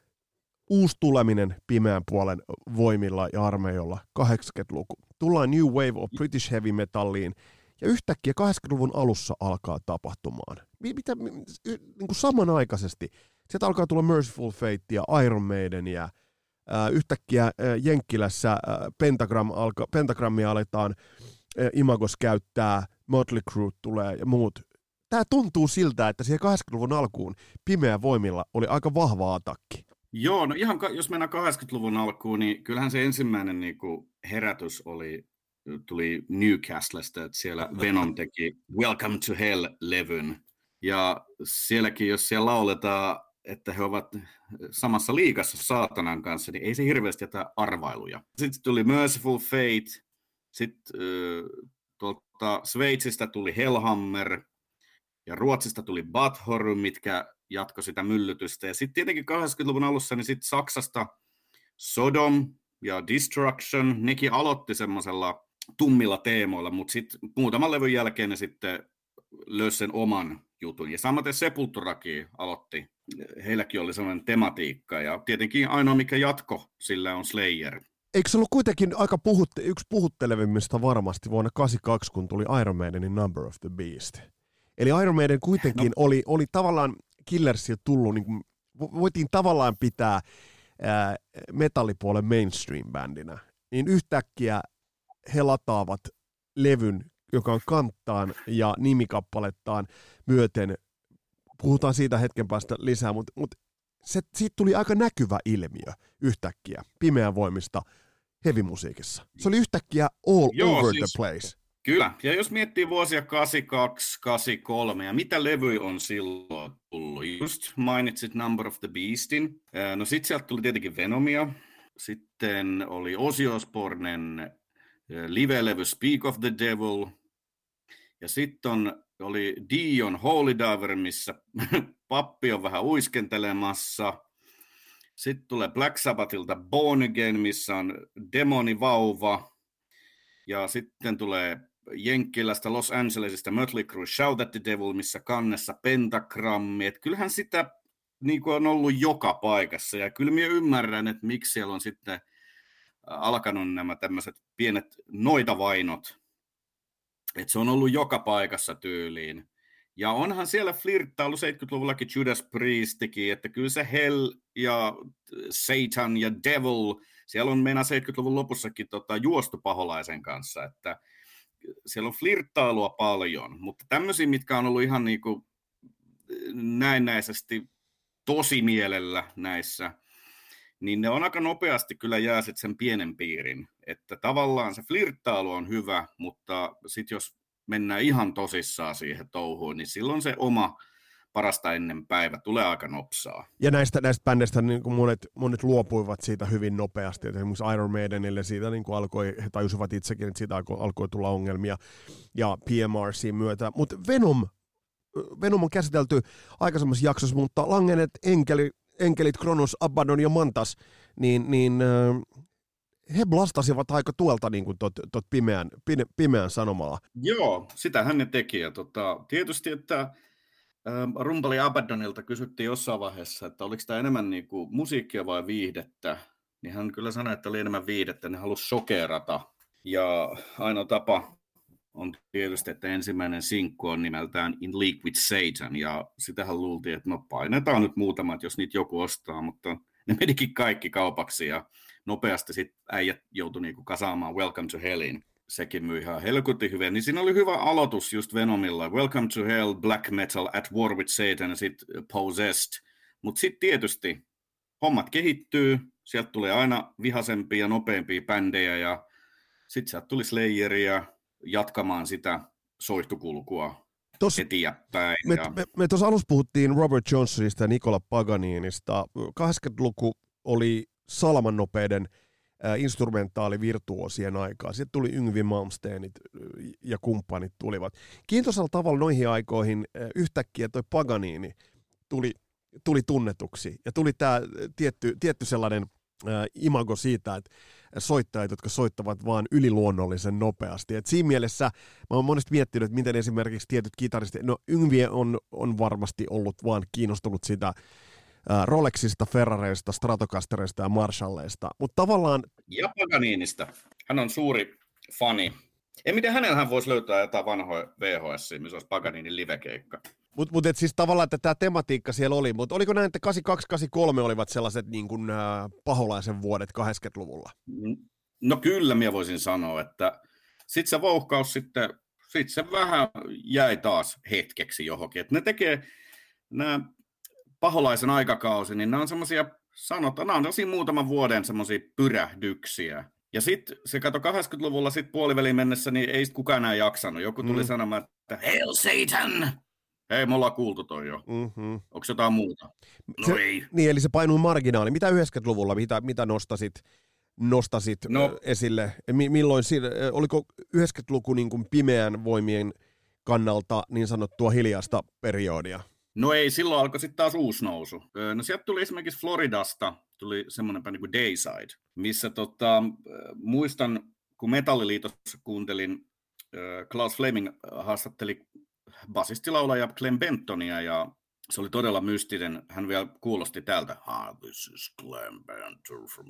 S2: Uusi tuleminen pimeän puolen voimilla ja armeijolla, kahdeksankymmentäluku. Tullaan New Wave of British Heavy Metalliin, ja yhtäkkiä kahdeksankymmentäluvun alussa alkaa tapahtumaan. Mitä, niin kuin samanaikaisesti. Sieltä alkaa tulla Merciful Fate ja Iron Maiden ja ää, yhtäkkiä ää, Jenkkilässä ää, Pentagram alka, Pentagrammia aletaan ää, Imagos käyttää, Motley Crue tulee ja muut. Tämä tuntuu siltä, että siihen kahdeksankymmentäluvun alkuun pimeän voimilla oli aika vahva atakki.
S5: Joo, no ihan jos mennään kahdeksankymmentäluvun alkuun, niin kyllähän se ensimmäinen niin kuin herätys oli, tuli Newcastlesta, että siellä Venom teki Welcome to Hell-levyn. Ja sielläkin, jos siellä lauletaan, että he ovat samassa liigassa saatanan kanssa, niin ei se hirveästi jätä arvailuja. Sitten tuli Merciful Fate, sitten äh, tuolta Sveitsistä tuli Hellhammer, ja Ruotsista tuli Butthorn, mitkä jatkoi sitä myllytystä. Ja sitten tietenkin kahdeksankymmentäluvun alussa, niin sitten Saksasta Sodom ja Destruction, nekin aloitti semmoisella tummilla teemoilla, mutta sitten muutaman levyn jälkeen ne sitten löysi sen oman jutun. Ja samaten Sepulturakin aloitti. Heilläkin oli sellainen tematiikka, ja tietenkin ainoa mikä jatko sillä on Slayer.
S2: Eikö se ollut kuitenkin aika puhutte, yksi puhuttelevimmista varmasti vuonna kahdeksankymmentäkaksi, kun tuli Iron Maidenin Number of the Beast? Eli Iron Maiden kuitenkin no. oli, oli tavallaan Killersia tullut, niin kuin, voitiin tavallaan pitää ää, metallipuolen mainstream-bändinä, niin yhtäkkiä he lataavat levyn, joka on kanttaan ja nimikappalettaan myöten. Puhutaan siitä hetken päästä lisää, mutta, mutta se, siitä tuli aika näkyvä ilmiö yhtäkkiä pimeän voimista heavy-musiikissa. Se oli yhtäkkiä all Joo, over siis, the place.
S5: Kyllä, ja jos miettii vuosia kahdeksankymmentäkaksi kahdeksankymmentäkolme, ja mitä levyjä on silloin tullut? Just mainitsit Number of the Beastin. No sit sieltä tuli tietenkin Venomia. Sitten oli Ozzy Osbournen live-levy Speak of the Devil. Ja sitten oli Dion Holy Diver, missä pappi on vähän uiskentelemassa. Sitten tulee Black Sabbathilta Born Again, missä on demonivauva. Ja sitten tulee Jenkkilästä Los Angelesista Mötley Crue Shout at the Devil, missä kannessa pentagrammi. Et kyllähän sitä niin kuin on ollut joka paikassa. Ja kyllä minä ymmärrän, että miksi siellä on sitten alkanut nämä tämmöiset pienet noitavainot. Että se on ollut joka paikassa tyyliin. Ja onhan siellä flirttailu seitsemänkymmentäluvullakin Judas Priestikin, että kyllä se Hell ja Satan ja Devil, siellä on mennä seitsemänkymmentäluvun lopussakin tota, juostu paholaisen kanssa, että siellä on flirttailua paljon, mutta tämmöisiä, mitkä on ollut ihan niin kuin näennäisesti tosi mielellä näissä, niin ne on aika nopeasti kyllä jää sitten sen pienen piirin, että tavallaan se flirttailu on hyvä, mutta sitten jos mennään ihan tosissaan siihen touhuun, niin silloin se oma parasta ennen päivä, tulee aika nopsaa.
S2: Ja näistä, näistä bändeistä niin kuin monet, monet luopuivat siitä hyvin nopeasti. Et esimerkiksi Iron Maidenille siitä niin kuin alkoi, he tajusivat itsekin, että siitä alkoi, alkoi tulla ongelmia ja P M R C:n myötä. Mutta Venom, Venom on käsitelty aikaisemmassa jaksossa, mutta Langenet, Enkeli, Enkelit, Kronos, Abaddon ja Mantas, niin, niin äh, he blastasivat aika tuolta niin kuin tot, tot pimeän, pimeän sanomalla.
S5: Joo, sitähän ne teki. Ja tota, tietysti, että ähm, rumpali Abaddonilta kysyttiin jossain vaiheessa, että oliko tämä enemmän niin kuin musiikkia vai viihdettä, niin hän kyllä sanoi, että oli enemmän viihdettä, ne halusi sokerata. Ja ainoa tapa on tietysti, että ensimmäinen sinkku on nimeltään In League with Satan, ja sitähän luultiin, että no painetaan nyt muutamat, jos niitä joku ostaa, mutta ne menikin kaikki kaupaksi, ja nopeasti sitten äijät joutui niinku kasaamaan Welcome to Hellin. Sekin myi ihan helkutin hyvin. Niin siinä oli hyvä aloitus just Venomilla. Welcome to Hell, Black Metal, At War with Satan ja sitten Possessed. Mutta sitten tietysti hommat kehittyy. Sieltä tulee aina vihasempia ja nopeampia bändejä. Ja sitten sieltä tuli Slayeria jatkamaan sitä soihtukulkua eteenpäin.
S2: Me,
S5: ja...
S2: me, me tuossa alussa puhuttiin Robert Johnsonista ja Nicola Paganiinista. kahdeksankymmentäluku oli salamannopeiden äh, instrumentaalivirtuosien aikaa. Sitten tuli Yngwie Malmsteenit ja kumppanit tulivat. Kiintoisella tavalla noihin aikoihin äh, yhtäkkiä toi Paganini tuli, tuli tunnetuksi. Ja tuli tämä tietty, tietty sellainen äh, imago siitä, että soittajat, jotka soittavat vaan yliluonnollisen nopeasti. Et siinä mielessä mä oon monesti miettinyt, että miten esimerkiksi tietyt kitaristit, no Yngwie on, on varmasti ollut vaan kiinnostunut sitä Rolexista, Ferrareista, Stratocastereista ja Marshalleista, mutta tavallaan...
S5: Ja Paganinista. Hän on suuri fani. Ei miten hänellähän voisi löytää jotain vanhoja V H S, missä olisi Paganinin livekeikka.
S2: Mutta mut, siis tavallaan, että tämä tematiikka siellä oli, mutta oliko näin, että kahdeksankymmentäkaksi kahdeksankymmentäkolme olivat sellaiset niin kuin, äh, paholaisen vuodet kahdeksankymmentäluvulla?
S5: No kyllä, minä voisin sanoa, että sitten se vouhkaus sitten, sit se vähän jäi taas hetkeksi johonkin. Et ne tekee nämä paholaisen aikakausi, niin nämä on semmoisia, sanotaan, nämä on tosi muutaman vuoden semmoisia pyrähdyksiä. Ja sitten se kato kahdeksankymmentäluvulla sitten puoliväliin mennessä, niin ei kukaan enää jaksanut. Joku tuli mm. sanomaan, että Hail Satan! Hei, me ollaan kuultu toi jo. Mm-hmm. Onko jotain muuta? No
S2: se,
S5: ei.
S2: Niin, eli se painui marginaali. Mitä yhdeksänkymmentäluvulla, mitä, mitä nostasit, nostasit
S5: no.
S2: esille? Milloin, oliko yhdeksänkymmentäluku niin kuin pimeän voimien kannalta niin sanottua hiljaista periodia?
S5: No ei, silloin alkoi sitten taas uusi nousu. No sieltä tuli esimerkiksi Floridasta, tuli semmoinen niin kuin Dayside, missä tota, muistan, kun Metalliliitossa kuuntelin, Klaus Fleming haastatteli basistilaulaja Clem Bentonia, ja se oli todella mystinen. Hän vielä kuulosti täältä, ah, this is Clem Benton from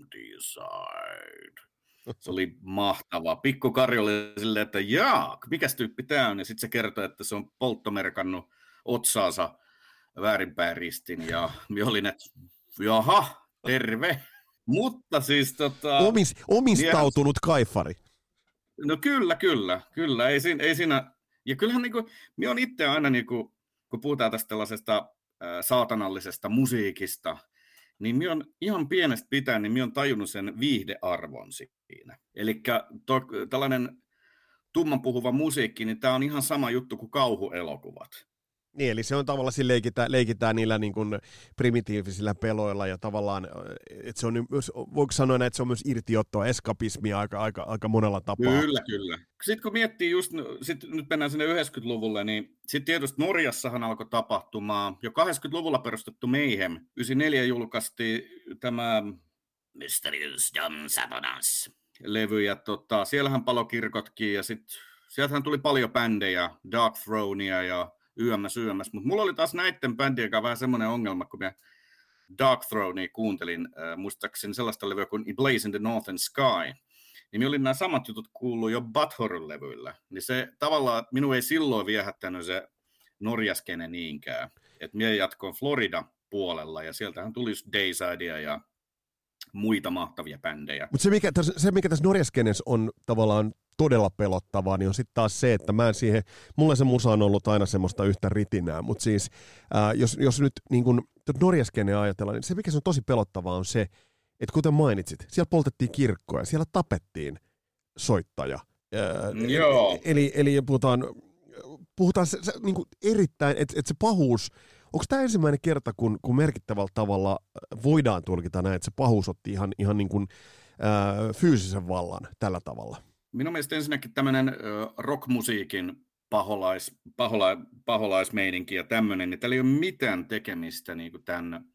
S5: Dayside. Se oli mahtavaa. Pikku Kari oli silleen, että jaa, mikäs tyyppi tää on? Ja sitten se kertoi, että se on polttomerkannut otsaansa väärinpäin ristin, ja minä olin, että jaha, terve. Mutta siis tota...
S2: Omis, omistautunut niin, kaifari.
S5: No kyllä, kyllä, kyllä. Ei siinä, ei siinä... Ja kyllähän niinku, minä olen itse aina, niinku, kun puhutaan tästä tällaisesta äh, saatanallisesta musiikista, niin minä olen ihan pienestä pitäen, niin minä olen tajunnut sen viihdearvon siinä. Eli tällainen tumman puhuva musiikki, niin tämä on ihan sama juttu kuin kauhuelokuvat.
S2: Niin, eli se on tavallaan, siinä leikitään, leikitään niillä niin kuin primitiivisillä peloilla ja tavallaan, että se on myös, voiko sanoa näin, että se on myös irtiottoa, eskapismia aika, aika, aika monella tapaa.
S5: Kyllä, kyllä. Sitten kun miettii just, sit nyt mennään sinne yhdeksänkymmentäluvulle, niin sitten tietysti Norjassahan alkoi tapahtumaan, jo kahdeksankymmentäluvulla perustettu Mayhem, yhdeksänkymmentäneljä julkaistiin tämä Mysterious Dumb Satanas levy, ja tota, siellähän palo kirkotkin, ja sitten sieltähän tuli paljon bändejä, Dark Thronea ja yms, yms, mutta mulla oli taas näiden bändien kanssa vähän semmoinen ongelma, kun mä Dark Thronea kuuntelin, äh, muistaakseni sellaista levyä kuin Blaze in the Northern Sky, niin minä olin nämä samat jutut kuullut jo Butthorn-levyillä, niin se tavallaan, minun ei silloin viehättänyt se norjaskene niinkään, että minä jatkoin Florida-puolella, ja sieltähän tuli Daysidea ja muita mahtavia bändejä.
S2: Mutta se mikä, se, mikä tässä norjaskenessä on tavallaan todella pelottavaa, niin on sitten taas se, että mä en siihen, mulle se musa on ollut aina semmoista yhtä ritinää, mutta siis ää, jos, jos nyt niin kun norjaskeneen ajatellaan, niin se mikä se on tosi pelottavaa on se, että kuten mainitsit, siellä poltettiin kirkkoja, siellä tapettiin soittaja. Ää,
S5: Joo.
S2: Eli, eli puhutaan, puhutaan se, se, niin kuin erittäin, että et se pahuus onko tämä ensimmäinen kerta, kun, kun merkittävällä tavalla voidaan tulkita näin, että se pahuus otti ihan, ihan niin kuin, ää, fyysisen vallan tällä tavalla?
S5: Minun mielestä ensinnäkin tämmöinen äh, rockmusiikin paholais, pahola, paholaismeininki ja tämmöinen, niin tällä ei ole mitään tekemistä niin kuin tämän äh,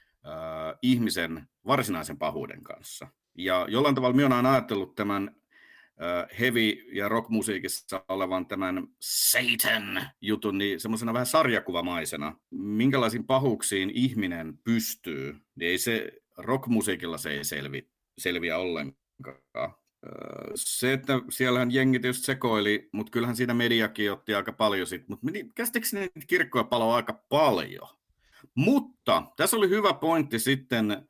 S5: ihmisen varsinaisen pahuuden kanssa. Ja jollain tavalla minä olen ajatellut tämän heavy- ja rockmusiikissa olevan tämän Satan-jutun niin semmoisena vähän sarjakuvamaisena. Minkälaisiin pahuuksiin ihminen pystyy, niin ei se rockmusiikilla se ei selvi, selviä ollenkaan. Se, että siellähän jengi tietysti sekoili, mutta kyllähän siinä mediakin otti aika paljon sit, mutta käsittääkseni niitä kirkkoja paloi aika paljon. Mutta tässä oli hyvä pointti sitten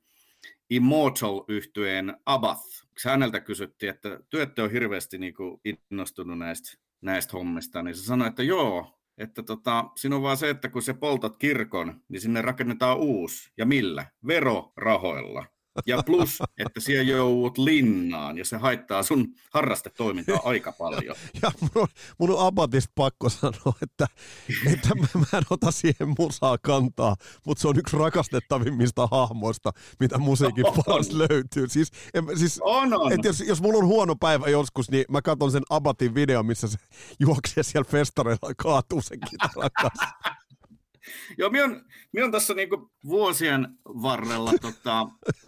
S5: Immortal-yhtyeen Abath. Häneltä kysyttiin, että työtte on hirveästi niin kuin innostunut näistä, näistä hommista, niin se sanoi, että joo, että tota, siinä on vaan se, että kun sä poltat kirkon, niin sinne rakennetaan uusi. Ja millä? Verorahoilla. Ja plus, että siellä joudut linnaan, ja se haittaa sun harrastetoimintaa aika paljon.
S2: Ja mun on, mun on Abatista pakko sanoa, että, että mä, mä en ota siihen musaa kantaa, mutta se on yksi rakastettavimmista hahmoista, mitä musiikin parissa löytyy. Siis, en, siis,
S5: on, on.
S2: Et jos, jos mulla on huono päivä joskus, niin mä katson sen Abatin videon, missä se juoksee siellä festareilla ja kaatuu sen kitaran kanssa.
S5: Joo, minä olen, minä olen tässä niinku vuosien varrella tota,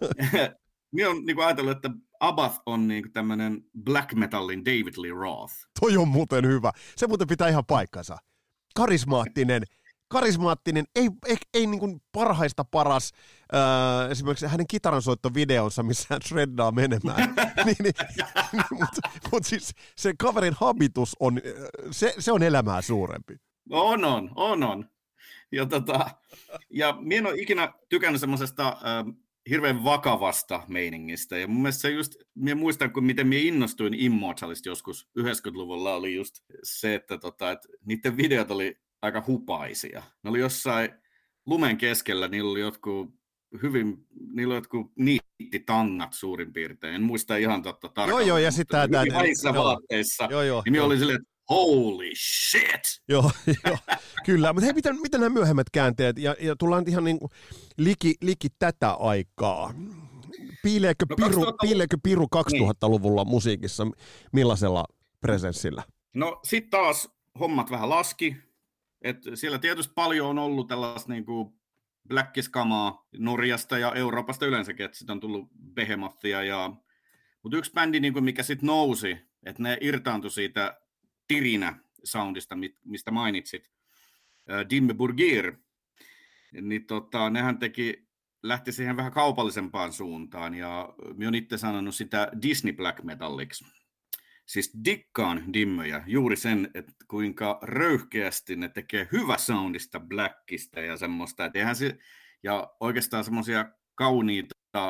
S5: minä olen niinku ajatellut, että Abath on niinku tämmöinen black metalin David Lee Roth.
S2: Toi on muuten hyvä. Se muuten pitää ihan paikkansa. Karismaattinen, karismaattinen, ei, ei, ei niin kuin parhaista paras, äh, esimerkiksi hänen kitaransoittovideonsa, missä hän shreddaa menemään. niin, niin, Mutta mut siis se kaverin habitus on, se, se on elämää suurempi.
S5: On, on, on, on. Ja, tota, ja minä en ole ikinä tykännyt semmoisesta äh, hirveän vakavasta meiningistä. Ja mun mielestä se just, minä muistan, kun miten minä innostuin Immortalista joskus yhdeksänkymmentäluvulla, oli just se, että, tota, että niiden videot oli aika hupaisia. Ne oli jossain lumen keskellä, niillä oli jotkut hyvin, niillä oli jotkut niittitangat suurin piirtein. En muista ihan totta tarkalleen.
S2: Joo, joo, ja sitten tämä...
S5: Hyvin välissä vaatteissa.
S2: Joo, joo.
S5: Niin minä olin silleen, holy shit!
S2: Joo, joo, kyllä. Mutta hei, miten, miten nämä myöhemmät käänteet, ja, ja tullaan ihan niin kuin liki, liki tätä aikaa. Piileekö,
S5: no,
S2: piru,
S5: kaksituhatta...
S2: piileekö piru kaksituhattaluvulla niin. musiikissa millaisella presenssillä?
S5: No sitten taas hommat vähän laski. Et siellä tietysti paljon on ollut tällaista niin kuin blackiskamaa Norjasta ja Euroopasta yleensäkin, että sitten on tullut Behemothia. Ja... Mutta yksi bändi, niin kuin mikä sitten nousi, että ne irtaantui siitä Tirinä-soundista, mistä mainitsit, Dimmu Borgir, niin tota, nehän teki, lähti siihen vähän kaupallisempaan suuntaan, ja minä olen itse sanonut sitä Disney Black Metalliksi. Siis dikkaan Dimmyjä, juuri sen, että kuinka röyhkeästi ne tekee hyvä soundista blackista ja semmoista, että eihän se, ja oikeastaan semmoisia kauniita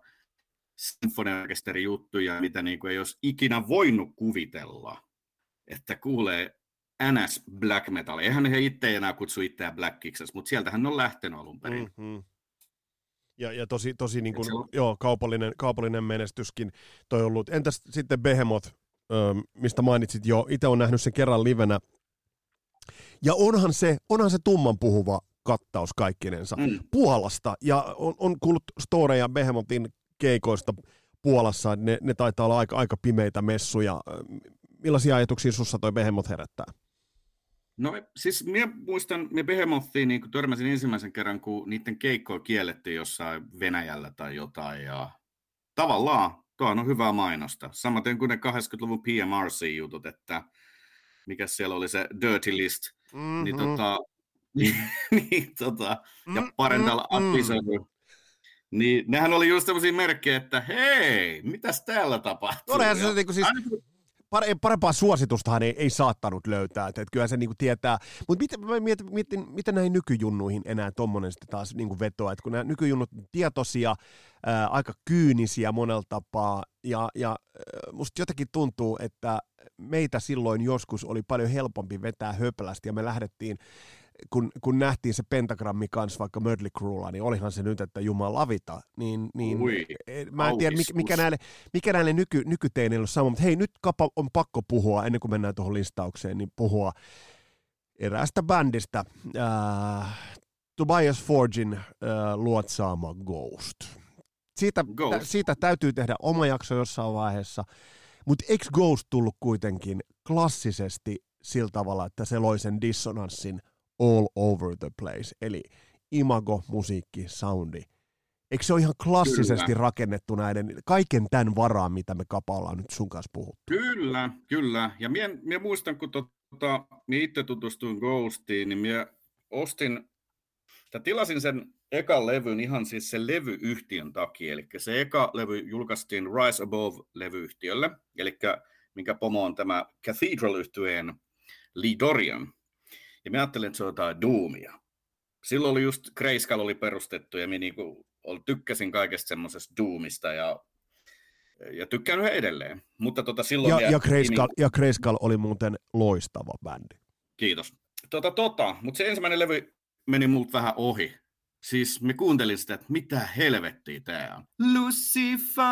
S5: sinfoniaorkesterijuttuja, mitä niin kuin ei olisi ikinä voinut kuvitella, että kuulee N S Black Metal. Eihän he itse enää kutsu itseään Blackiksi, mutta sieltähän on lähtenyt alun perin.
S2: Mm-hmm. Ja, ja tosi, tosi niin kuin, on... joo, kaupallinen, kaupallinen menestyskin toi ollut. Entäs sitten Behemoth, mistä mainitsit jo, itse olen nähnyt sen kerran livenä. Ja onhan se, onhan se tumman puhuva kattaus kaikkinensa mm. Puolasta. Ja on, on kuullut storeja Behemothin keikoista Puolassa, ne, ne taitaa olla aika, aika pimeitä messuja. Millaisia ajatuksia sussa toi Behemoth herättää?
S5: No siis minä muistan, minä Behemothia niin törmäsin ensimmäisen kerran, kun niiden keikkoja kiellettiin jossain Venäjällä tai jotain. Ja tavallaan tuo on hyvää mainosta. Samaten kuin ne kahdeksankymmentäluvun P M R C-jutut, että mikä siellä oli se Dirty List. Mm-hmm. Niin, tota, niin, niin, tota, ja Parental Episode. Niin nehän oli just sellaisia merkkejä, että hei, mitäs täällä tapahtuu?
S2: No, se, niin kuin siis, parempaa suositustahan ei, ei saattanut löytää, että, että kyllä se niin kuin tietää. Mutta miten, mietin, mietin, miten näihin nykyjunnuihin enää tommonen sitten taas niin kuin vetoa, että kun nämä nykyjunnut on tietoisia, ää, aika kyynisiä monella tapaa, ja, ja musta jotenkin tuntuu, että meitä silloin joskus oli paljon helpompi vetää höplästi, ja me lähdettiin, kun, kun nähtiin se pentagrammi kanssa vaikka Mötley Crüella, niin olihan se nyt, että jumalavita, niin, niin
S5: Ui,
S2: mä en tiedä, mikä, mikä näille, mikä näille nyky, nykyteineille on sama, mutta hei, nyt kapa on pakko puhua, ennen kuin mennään tuohon listaukseen, niin puhua eräästä bändistä. Äh, Tobias Forgen äh, luotsaama Ghost. Siitä,
S5: Ghost.
S2: tä, siitä täytyy tehdä oma jakso jossain vaiheessa, mutta eikö Ghost tullut kuitenkin klassisesti sillä tavalla, että se loi sen dissonanssin all over the place, eli imago, musiikki, soundi. Eikö se ole ihan klassisesti kyllä. rakennettu näiden, kaiken tämän varaan, mitä me Kapa ollaan nyt sun kanssa puhuttu?
S5: Kyllä, kyllä. Ja minä, minä muistan, kun tota, minä itse tutustuin Ghostiin, niin minä ostin, tai tilasin sen ekan levyn ihan siis sen levyyhtiön takia. Eli se eka levy julkaistiin Rise Above-levyyhtiölle, eli minkä pomo on tämä Cathedral-yhtyeen Lee Dorian. Ja minä ajattelin, että se on jotain doomia. Silloin oli just Grayskull oli perustettu ja minä niinku tykkäsin kaikesta semmoisesta doomista ja, ja tykkään yhä edelleen. Mutta tota silloin...
S2: Ja, ja, Grayskull, niin... ja Grayskull oli muuten loistava bändi.
S5: Kiitos. Tota, tota, mutta se ensimmäinen levy meni multa vähän ohi. Siis me kuuntelin sitä, että mitä helvettiä tää on. Lucifer,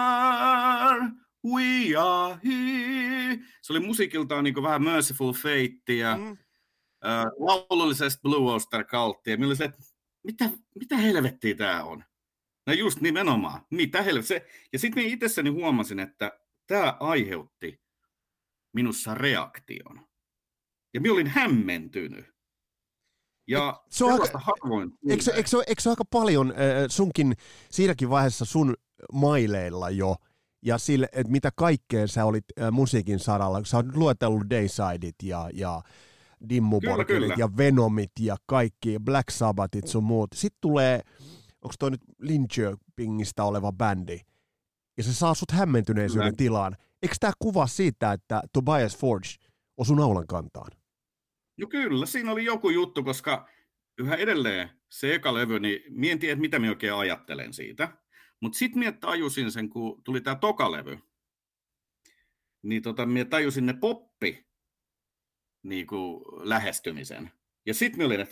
S5: we are here. Se oli musiikiltaan niin vähän Merciful Fatea, mm. äh, laulullisesti Blue Oyster Cultia. Mä olin se, että mitä, mitä helvettiä tää on? No just nimenomaan, mitä helvettiä. Ja sitten itsessäni huomasin, että tää aiheutti minussa reaktion. Ja minä olin hämmentynyt. Ja
S2: se on aika, eikö, se, eikö, se, eikö se aika paljon äh, sunkin siinäkin vaiheessa sun maileilla jo, ja sille, että mitä kaikkea sä olit äh, musiikin saralla, sä oot luetellut Daysideit ja, ja Dimmuborgelit ja Venomit ja kaikki, Black Sabbathit sun muut. Sitten tulee, onko toi nyt Linköpingistä oleva bändi, ja se saa sut hämmentyneisyyden tilaan. Eikö tää kuvaa siitä, että Tobias Forge osui naulan kantaan?
S5: No kyllä, siinä oli joku juttu, koska yhä edelleen se eka levy, niin mie en tiedä, mitä minä oikein ajattelen siitä. Mutta sitten minä tajusin sen, kun tuli tämä toka levy, niin tota, minä tajusin ne poppi niin kuin lähestymisen. Ja sitten minä olin, että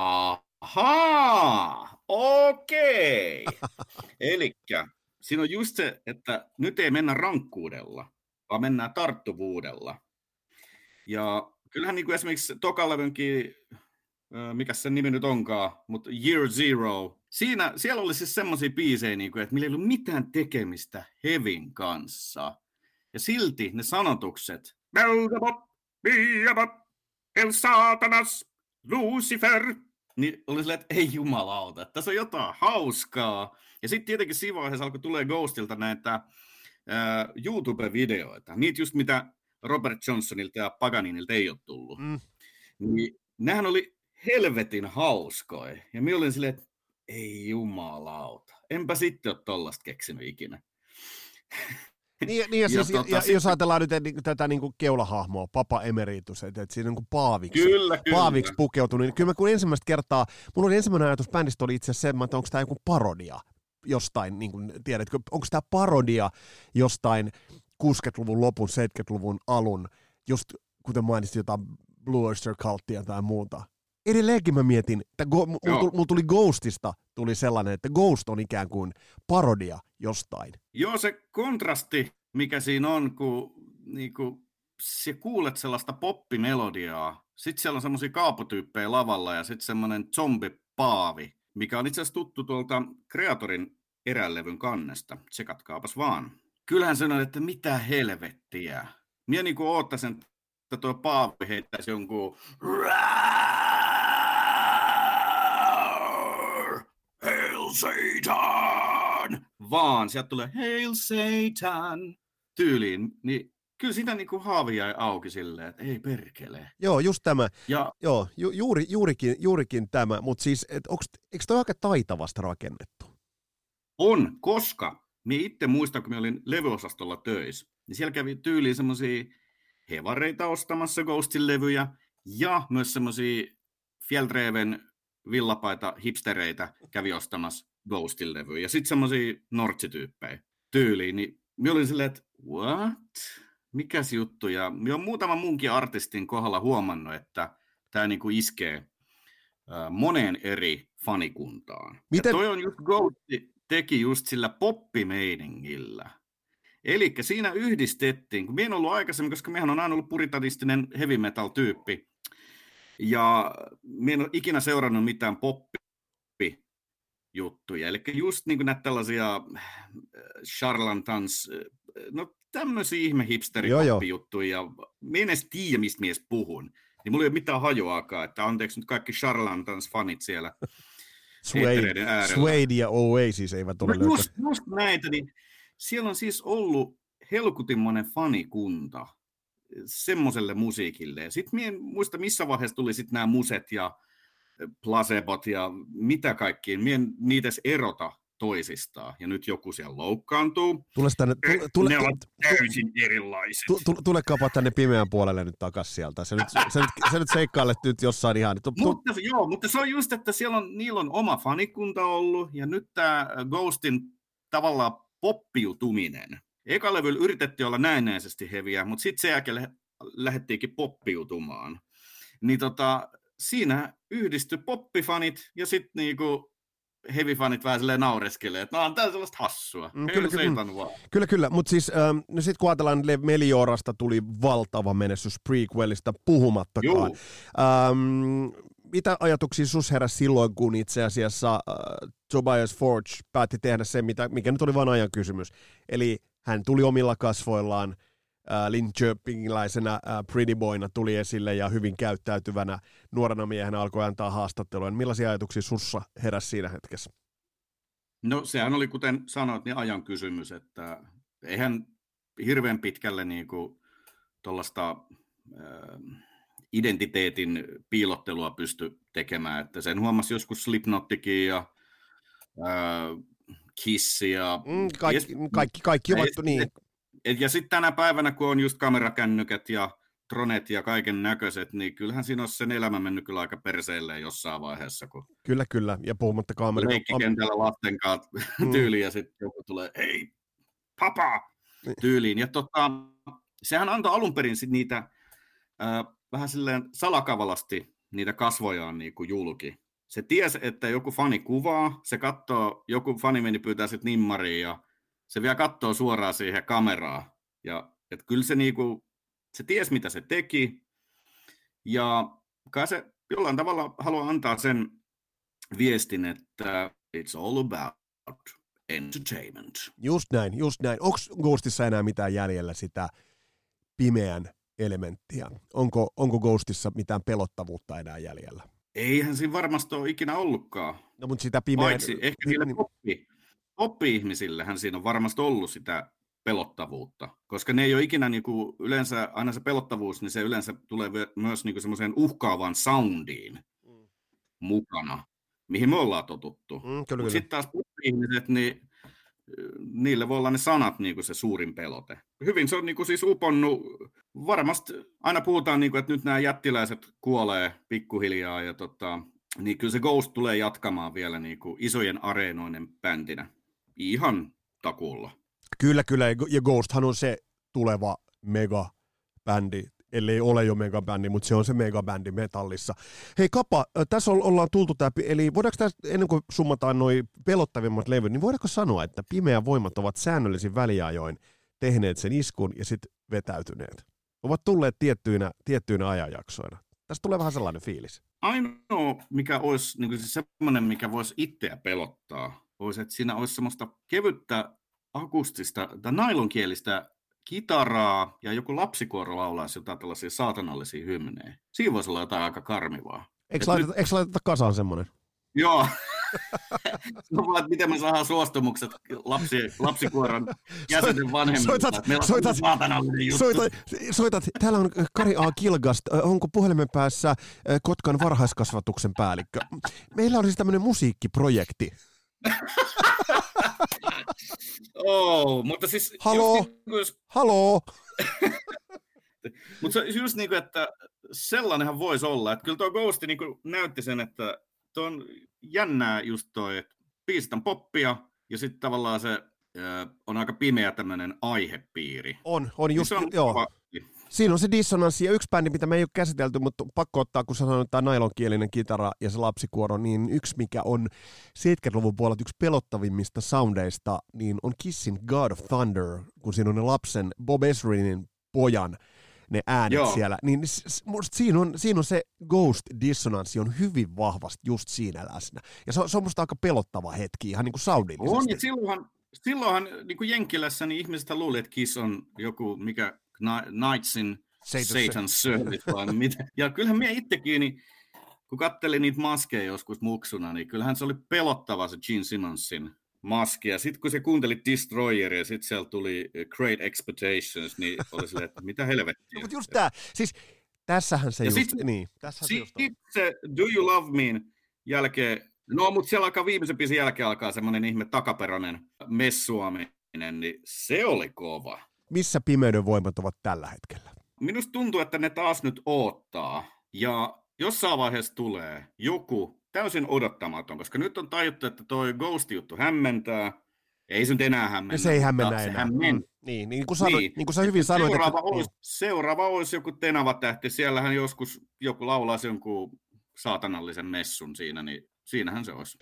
S5: ahaa, okei. Elikkä siinä on just se, että nyt ei mennä rankkuudella, vaan mennään tarttuvuudella. Ja kyllähän niin kuin esimerkiksi tokalevynkin, mikä sen nimi nyt onkaan, mutta Year Zero, siinä, siellä oli siis semmoisia biisejä, niin kuin, että millä ei ollut mitään tekemistä Hevin kanssa. Ja silti ne sanotukset, Beelzebub, Beelzebub, El Satanas, Lucifer, niin oli silleen, että ei jumalauta, että tässä on jotain hauskaa. Ja sitten tietenkin siinä vaiheessa alkoi tulee Ghostilta näitä äh, YouTube-videoita, niitä just mitä Robert Johnsonilta ja Paganinilta ei ole tullut. Mm. Niin, nehän oli helvetin hauskoja. Ja minä olin silleen, että ei jumalauta. Enpä sitten ole tollaista keksinyt ikinä.
S2: Niin, niin ja, siis, ja, tota, ja sit... jos ajatellaan nyt niin, tätä niin kuin keulahahmoa, Papa Emeritus, että, että siinä on niin paaviksi,
S5: kyllä, kyllä.
S2: paaviksi pukeutunut, niin kyllä mä kun ensimmäistä kertaa, mulla oli ensimmäinen ajatus bändistä oli itse asiassa se, että onko tämä joku parodia jostain, niin kuin tiedätkö, onko tämä parodia jostain kuusikymmentäluvun lopun, seitsemänkymmentäluvun alun, just kuten mainitsin jotain Blue Oyster Cultia tai muuta. Edelleenkin mä mietin, että go, mulla tuli, mul tuli Ghostista tuli sellainen, että Ghost on ikään kuin parodia jostain.
S5: Joo, se kontrasti, mikä siinä on, kun niinku, sä kuulet sellaista poppimelodiaa, sitten siellä on semmoisia kaapotyyppejä lavalla ja sitten semmoinen zombipaavi, mikä on itse asiassa tuttu tuolta Kreatorin erälevyn kannesta. Tsekattkaapas vaan. Kyllähän sanon, että mitä helvettiä. Minä niin kuin oottaisin, että tuo paavi heittäisi jonkun Hail Satan! Vaan sieltä tulee Hail Satan tyyliin. Niin kyllä sitä niin kuin haavi jäi auki silleen, että ei perkele.
S2: Joo, just tämä.
S5: Ja,
S2: Joo, ju, juuri, juurikin, juurikin tämä. Mutta siis, eikö toi aika taitavasti rakennettu?
S5: On, koska minä itse muistan, kun minä olin levyosastolla töissä, niin siellä kävi tyyliin semmoisia hevareita ostamassa Ghostin levyjä ja myös semmoisia Fjällräven villapaita hipstereitä kävi ostamassa Ghostin levyjä ja sitten semmoisia nortsityyppejä tyyliin, niin minä olin silleen, että what? Mikäs juttu? Ja minä olen muutaman muunkin artistin kohdalla huomannut, että tämä niinku iskee äh, moneen eri fanikuntaan. Miten? Ja toi on just Ghosti teki just sillä poppimeiningillä. Eli siinä yhdistettiin, kun minä en ollut aikaisemmin, koska mehän on aina ollut puritanistinen heavy metal-tyyppi, ja minä en ole ikinä seurannut mitään poppia poppijuttuja. Eli just niin kuin näitä tällaisia charlatans, no tämmöisiä ihme hipsteri-poppijuttuja. Mä en edes tiedä, mistä mies puhun. Niin mulla ei ole mitään hajoakaan, että anteeksi nyt kaikki charlatans-fanit siellä heittereiden äärellä.
S2: Suede ja Oasis eivät ole
S5: no just, just näitä, niin siellä on siis ollut helkutinmoinen fanikunta semmoiselle musiikille. Ja sitten en muista, missä vaiheessa tuli sitten nämä muset ja placebot ja mitä kaikkiin. Mie en niitä edes erota toisistaan. Ja nyt joku siellä loukkaantuu.
S2: Tule tänne, tule, tule,
S5: ne ovat täysin erilaiset.
S2: Tule, tule kapa tänne pimeän puolelle nyt takas sieltä. Se nyt, se nyt, se nyt seikkailet nyt jossain ihan.
S5: Mutta, joo, mutta se on just, että siellä on, niillä on oma fanikunta ollut. Ja nyt tämä Ghostin tavallaan poppiutuminen. Eka levyllä yritettiin olla näennäisesti heviä, mutta sitten sen jälkeen lähdettiinkin poppiutumaan. Niin tota, siinä yhdistyi poppifanit ja sitten niinku heavy-fanit vähän silleen naureskelee, että no, tämä on sellaista hassua. Mm, kyllä, kyllä,
S2: kyllä, kyllä, mutta siis ähm, no sitten kun ajatellaan, Meliorasta tuli valtava menestys prequelista puhumattakaan. Ähm, mitä ajatuksia sus heräsi silloin, kun itse asiassa äh, Tobias Forge päätti tehdä sen, mitä, mikä nyt oli vain ajan kysymys. Eli hän tuli omilla kasvoillaan, äh, Linköpingiläisenä äh, pretty boyna tuli esille ja hyvin käyttäytyvänä nuorena miehenä alkoi antaa haastatteluja. Millaisia ajatuksia sussa heräsi siinä hetkessä?
S5: No sehän oli, kuten sanoit, niin ajan kysymys, että eihän hirveän pitkälle niinku tuollaista äh, identiteetin piilottelua pysty tekemään, että sen huomasi joskus Slipknottikin ja äh, Kiss ja...
S2: Mm, kaikki, ja, kaikki, kaikki ovat niin.
S5: Ja sitten tänä päivänä, kun on just kamerakännykät ja dronet ja kaiken näköiset, niin kyllähän siinä olisi sen elämä mennyt kyllä aika perseelleen jossain vaiheessa. Kun
S2: kyllä, kyllä. Ja puhumatta kameraa.
S5: Leikkikentällä lasten kanssa mm. tyyliin ja sitten joku tulee, hei, papa, tyyliin. Ja tota, sehän antoi alun perin sit niitä äh, vähän silleen salakavalasti niitä kasvojaan niin kuin julki. Se tiesi, että joku fani kuvaa, se katsoo, joku fani meni pyytää sitten nimmariin ja se vielä katsoo suoraan siihen kameraan. Ja että kyllä se niinku, se tiesi mitä se teki. Ja kai se jollain tavalla haluaa antaa sen viestin, että it's all about entertainment.
S2: Just näin, just näin. Onko Ghostissa enää mitään jäljellä sitä pimeän elementtiä? Onko, onko Ghostissa mitään pelottavuutta enää jäljellä?
S5: Eihän siinä varmasti ole ikinä ollutkaan.
S2: No, mutta sitä pimeä...
S5: Paitsi ehkä niille poppi, poppi-ihmisillehän siinä on varmasti ollut sitä pelottavuutta, koska ne ei ole ikinä niinku, yleensä, aina se pelottavuus, niin se yleensä tulee myös niinku semmoiseen uhkaavaan soundiin mm. mukana, mihin me ollaan totuttu. Mm, sitten taas poppi-ihmiset, niin niille voi olla ne sanat niinku se suurin pelote. Hyvin se on niinku siis uponnut, varmasti aina puhutaan, niinku, että nyt nämä jättiläiset kuolee pikkuhiljaa, ja tota, niin kyllä se Ghost tulee jatkamaan vielä niinku isojen areenoinen bändinä. Ihan takuulla.
S2: Kyllä, kyllä, ja Ghosthan on se tuleva megabändi, ellei ole jo megabändi, mutta se on se megabändi metallissa. Hei Kapa, tässä ollaan tultu tämä, eli voidaanko tässä, ennen kuin summataan noi pelottavimmat levyt, niin voidaanko sanoa, että pimeän voimat ovat säännöllisin väliajoin tehneet sen iskun ja sitten vetäytyneet? Ovat tulleet tiettyinä, tiettyinä ajanjaksoina. Tässä tulee vähän sellainen fiilis.
S5: Ainoa, mikä olisi niin se semmoinen, mikä voisi itseä pelottaa, olisi, että siinä olisi semmoista kevyttä akustista tai nailonkielistä kitaraa ja joku lapsikuoro laulaisi jotain tällaisia saatanallisia hymnejä. Siinä voisi olla jotain aika karmivaa.
S2: Eikö laiteta, nyt... laiteta kasaan semmoinen?
S5: Joo. No vaan, että miten me saadaan suostumukset lapsi, lapsikuoron jäsenen vanhemmilta.
S2: Soitat, soitat, soitat, soitat, täällä on Kari A. Kilgast, onko puhelimen päässä Kotkan varhaiskasvatuksen päällikkö? Meillä on siis tämmöinen musiikkiprojekti.
S5: Oh, mutta siis...
S2: Haloo,
S5: jos...
S2: haloo.
S5: Mutta se just niin kuin, että sellainenhan voisi olla, että kyllä tuo Ghost niin kuin näytti sen, että tuo on jännää just toi, että biisit on poppia ja sitten tavallaan se äh, on aika pimeä tämmöinen aihepiiri.
S2: On, on just,
S5: on
S2: joo.
S5: Kova.
S2: Siinä on se dissonanssi ja yksi bändi, mitä me ei ole käsitelty, mutta pakko ottaa, kun sanoin, että tämä nailonkielinen kitara ja se lapsikuoro, niin yksi, mikä on seitsemänkymmentäluvun puolelta yksi pelottavimmista soundeista, niin on Kissin God of Thunder, kun siinä on ne lapsen Bob Ezrinin pojan ne äänet
S5: Joo.
S2: siellä, niin musta siinä on, siinä on se ghost dissonanssi on hyvin vahvasti just siinä läsnä. Ja se on, se on musta aika pelottava hetki, ihan niin kuin soundillisesti.
S5: On, ja silloinhan, silloinhan niin kuin Jenkilässä, niin ihmiset luuli, että Kiss on joku, mikä Knights in Satan's Service, vai mitä. Ja kyllähän minä itsekin, niin, kun katselin niitä maskeja joskus muksuna, niin kyllähän se oli pelottava se Gene Simmonsin maski. Ja sitten kun se kuunteli Destroyeria, ja sitten siellä tuli Great Expectations, niin oli silleen, että mitä helvettiä.
S2: No, mutta just tää, siis tässähän se
S5: ja
S2: just,
S5: sit,
S2: niin. Tässähän
S5: sit,
S2: se just on.
S5: se Do You Love Me jälkeen, no mutta siellä alkaa viimeisen biisin jälkeen alkaa semmoinen ihme takaperäinen messuaminen, niin se oli kova.
S2: Missä pimeyden voimat ovat tällä hetkellä?
S5: Minusta tuntuu, että ne taas nyt odottaa. Ja jossain vaiheessa tulee joku täysin odottamaton, koska nyt on tajuttu, että toi Ghost-juttu hämmentää. Ei se nyt enää hämmennä.
S2: Se ei hämmennä
S5: se
S2: enää.
S5: Hämmen.
S2: Niin, niin, kuin sanoit, niin. niin kuin sä hyvin sanoit.
S5: Seuraava,
S2: että,
S5: olisi,
S2: niin.
S5: seuraava olisi joku Tenava-tähti. Siellähän joskus joku laulaisi jonkun saatanallisen messun siinä, niin siinähän se olisi.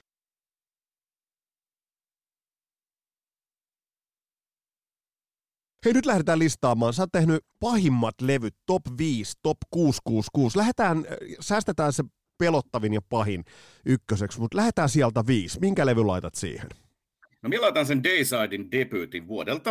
S2: Hei, nyt lähdetään listaamaan. Sä oot tehnyt pahimmat levyt, top viisi, top kuusi kuusi kuusi. Lähdetään, säästetään se pelottavin ja pahin ykköseksi, mutta lähdetään sieltä viisi. Minkä levy laitat siihen?
S5: No minä laitan sen Daysidein debyytin vuodelta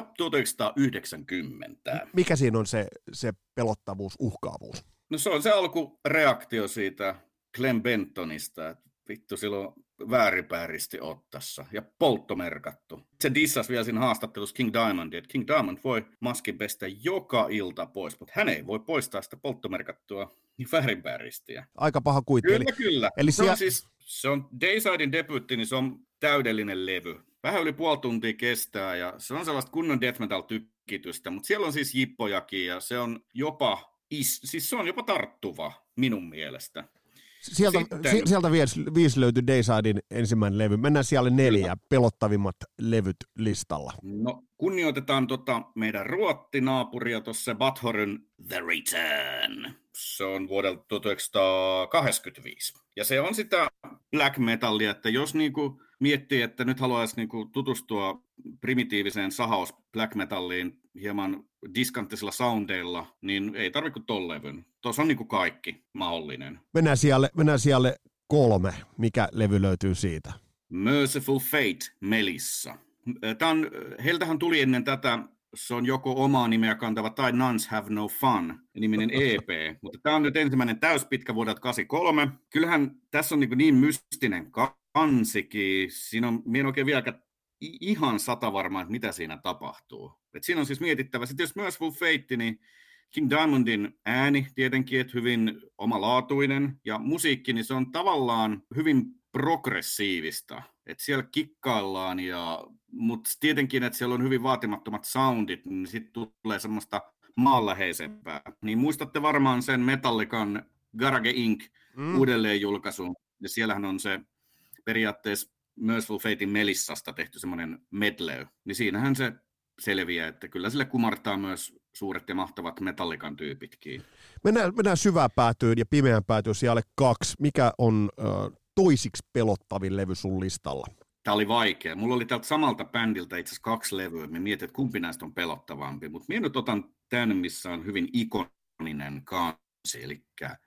S5: tuhatyhdeksänsataayhdeksänkymmentä.
S2: Mikä siinä on se, se pelottavuus, uhkaavuus?
S5: No se on se alkureaktio siitä Clem Bentonista, vittu silloin vääripääristi ottassa ja polttomerkattu. Se dissasi vielä siinä haastattelussa King Diamondia, että King Diamond voi maskin pestä joka ilta pois, mutta hän ei voi poistaa sitä polttomerkattua väärinpääristiä.
S2: Aika paha kuitti.
S5: Kyllä,
S2: eli,
S5: kyllä.
S2: Eli
S5: se,
S2: siellä...
S5: on siis, se on Daysidein debyytti, niin se on täydellinen levy. Vähän yli puoli tuntia kestää ja se on sellaista kunnon death metal tykkitystä, mutta siellä on siis jippojakin ja se on jopa, is, siis se on jopa tarttuva minun mielestä.
S2: Sieltä, Sitten... sieltä viisi, viisi löytyi Daysidein ensimmäinen levy. Mennään siellä neljä pelottavimmat levyt listalla.
S5: No, kunnioitetaan tota meidän ruottinaapuria tuossa Butthoryn The Return. Se on vuodelta tuhatyhdeksänsataakahdeksankymmentäviisi. Ja se on sitä black metallia, että jos niinku miettii, että nyt haluaisi niinku tutustua primitiiviseen sahaus black metalliin hieman diskanttisilla soundeilla, niin ei tarvitse kuin ton levyn. Tuossa on niinku kaikki mahdollinen.
S2: Mennään siellä, mennään siellä kolme. Mikä levy löytyy siitä?
S5: Merciful Fate, Melissa. Tämä on, heiltähän tuli ennen tätä, se on joko omaa nimeä kantava tai Nuns Have No Fun -niminen E P, mutta tämä on nyt ensimmäinen täyspitkä vuodelta kahdeksankymmentäkolme. Kyllähän tässä on niin, niin mystinen kansikin. Siinä on, minä en oikein vieläkään ihan sata varma, että mitä siinä tapahtuu. Et siinä on siis mietittävä. Sitten jos Merciful Fate, niin King Diamondin ääni tietenkin, että hyvin omalaatuinen, ja musiikki, niin se on tavallaan hyvin progressiivista. Että siellä kikkaillaan, ja, mutta tietenkin, että siellä on hyvin vaatimattomat soundit, niin sitten tulee semmoista maanläheisempää. Niin muistatte varmaan sen Metallican Garage Incorporated mm. uudelleenjulkaisun, ja siellähän on se periaatteessa Merciful Fatein Melissasta tehty semmoinen medley, niin siinähän se selviää, että kyllä sille kumartaa myös suuret ja mahtavat Metallican tyypitkin.
S2: Mennään, mennään syvään päätyyn ja pimeään päätyyn siellä kaksi. Mikä on ö, toisiksi pelottavin levy sun listalla?
S5: Tämä oli vaikea. Mulla oli täältä samalta bändiltä itse asiassa kaksi levyä. Mä mietin, että kumpi näistä on pelottavampi, mutta minä nyt otan tämän, missä on hyvin ikoninen kansi, eli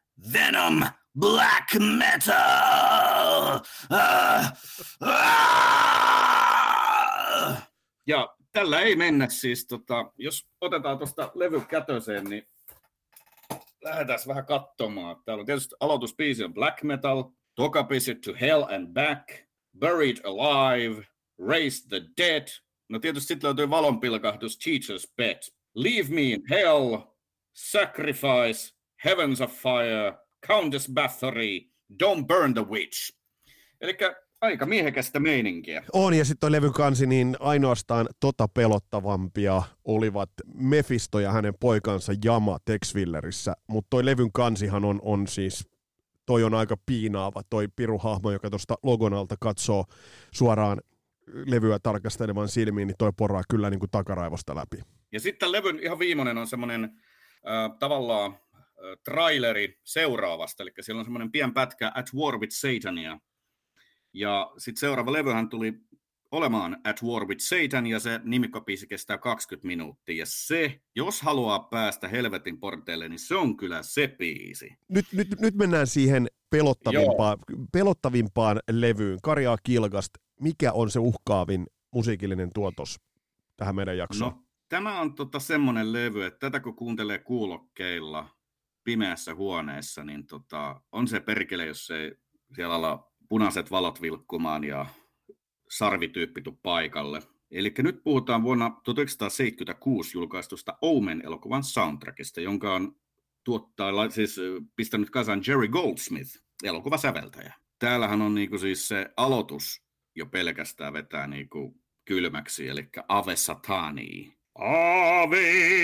S5: Venom Black Metal! Ah, ah! Ja tällä ei mennä siis, tota, jos otetaan tuosta levy kätöseen, niin lähdetään vähän katsomaan. Täällä on tietysti aloitusbiisi on Black Metal, toka biisi To Hell and Back, Buried Alive, Raise the Dead. No tietysti sitten löytyy valonpilkahdus Teacher's Pet, Leave Me in Hell, Sacrifice, Heavens of Fire, Countess Bathory, Don't Burn the Witch. Elikkä aika miehekästä meininkiä.
S2: On, ja sitten toi levyn kansi, niin ainoastaan tota pelottavampia olivat Mephisto ja hänen poikansa Jama Texvillerissä, mutta toi levyn kansihan on, on siis, toi on aika piinaava, toi piruhahmo, joka tuosta logon alta katsoo suoraan levyä tarkastelevan silmiin, niin toi poraa kyllä niin kuin takaraivosta läpi.
S5: Ja sitten levyn ihan viimeinen on semmoinen äh, tavallaan äh, traileri seuraavasta, eli siellä on semmoinen pien pätkä At War with Satania. Ja sitten seuraava levyhän tuli olemaan At War with Satan, ja se nimikkobiisi kestää kaksikymmentä minuuttia. Ja se, jos haluaa päästä helvetin porteille, niin se on kyllä se biisi.
S2: Nyt, nyt, nyt mennään siihen pelottavimpaan, pelottavimpaan levyyn. Karjaa Kilgast, mikä on se uhkaavin musiikillinen tuotos tähän meidän jaksoon?
S5: No, tämä on tota semmoinen levy, että tätä kun kuuntelee kuulokkeilla pimeässä huoneessa, niin tota, on se perkele, jos se siellä ala punaiset valot vilkkumaan ja sarvityyppi tuu paikalle. Eli nyt puhutaan vuonna tuhatyhdeksänsataaseitsemänkymmentäkuusi julkaistusta Omen-elokuvan soundtrackista, jonka on tuottaa, siis pistänyt kasaan Jerry Goldsmith, elokuvasäveltäjä. Täällähän on niinku siis se aloitus jo pelkästään vetää niinku kylmäksi, eli Ave Satani. Ave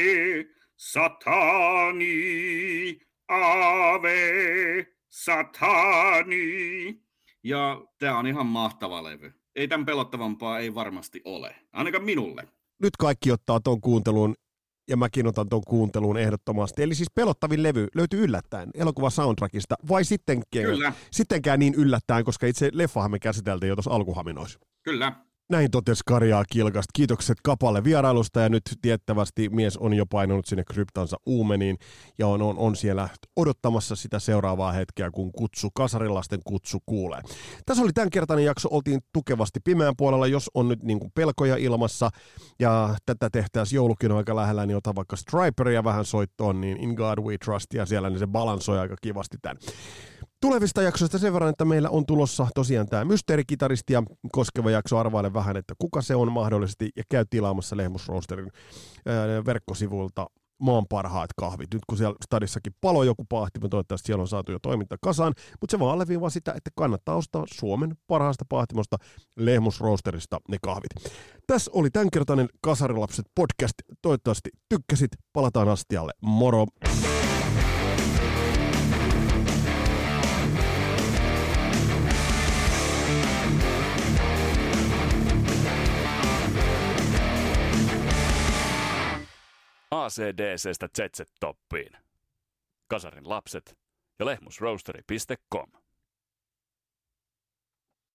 S5: Satani, Ave Satani. Ja tää on ihan mahtava levy. Ei tämän pelottavampaa ei varmasti ole, ainakaan minulle.
S2: Nyt kaikki ottaa ton kuunteluun, ja mäkin otan ton kuunteluun ehdottomasti. Eli siis pelottavin levy löytyy yllättäen elokuva soundtrackista, vai sittenkään,
S5: Kyllä.
S2: sittenkään niin yllättäen, koska itse leffahan me käsiteltiin jo tuossa alkuhaminoissa.
S5: Kyllä.
S2: Näin totesi Karjaa Kilgast. Kiitokset Kapalle vierailusta, ja nyt tiettävästi mies on jo painunut sinne kryptansa Uumeniin ja on, on, on siellä odottamassa sitä seuraavaa hetkeä, kun kutsu, kasarilasten kutsu kuulee. Tässä oli tämänkertainen jakso, oltiin tukevasti pimeän puolella, jos on nyt niin kuin pelkoja ilmassa ja tätä tehtäisiin joulukin on aika lähellä, niin ota vaikka Striperia vähän soittoon, niin In God We Trust, ja siellä niin se balansoi aika kivasti tämän. Tulevista jaksoista sen verran, että meillä on tulossa tosiaan tämä mysteerikitaristia koskeva jakso. Arvaile vähän, että kuka se on mahdollisesti, ja käy tilaamassa Lehmus Roasterin verkkosivuilta maan parhaat kahvit. Nyt kun siellä stadissakin palo joku paahtimon, toivottavasti siellä on saatu jo toiminta kasaan, mutta se vaan alleviivaa sitä, että kannattaa ostaa Suomen parhaasta pahtimosta Lehmus Roasterista ne kahvit. Tässä oli tämänkertainen Kasarilapset podcast. Toivottavasti tykkäsit. Palataan astialle. Moro!
S1: A C D C:stä Z Z-toppiin. Kasarin lapset ja lehmusroasteri piste com.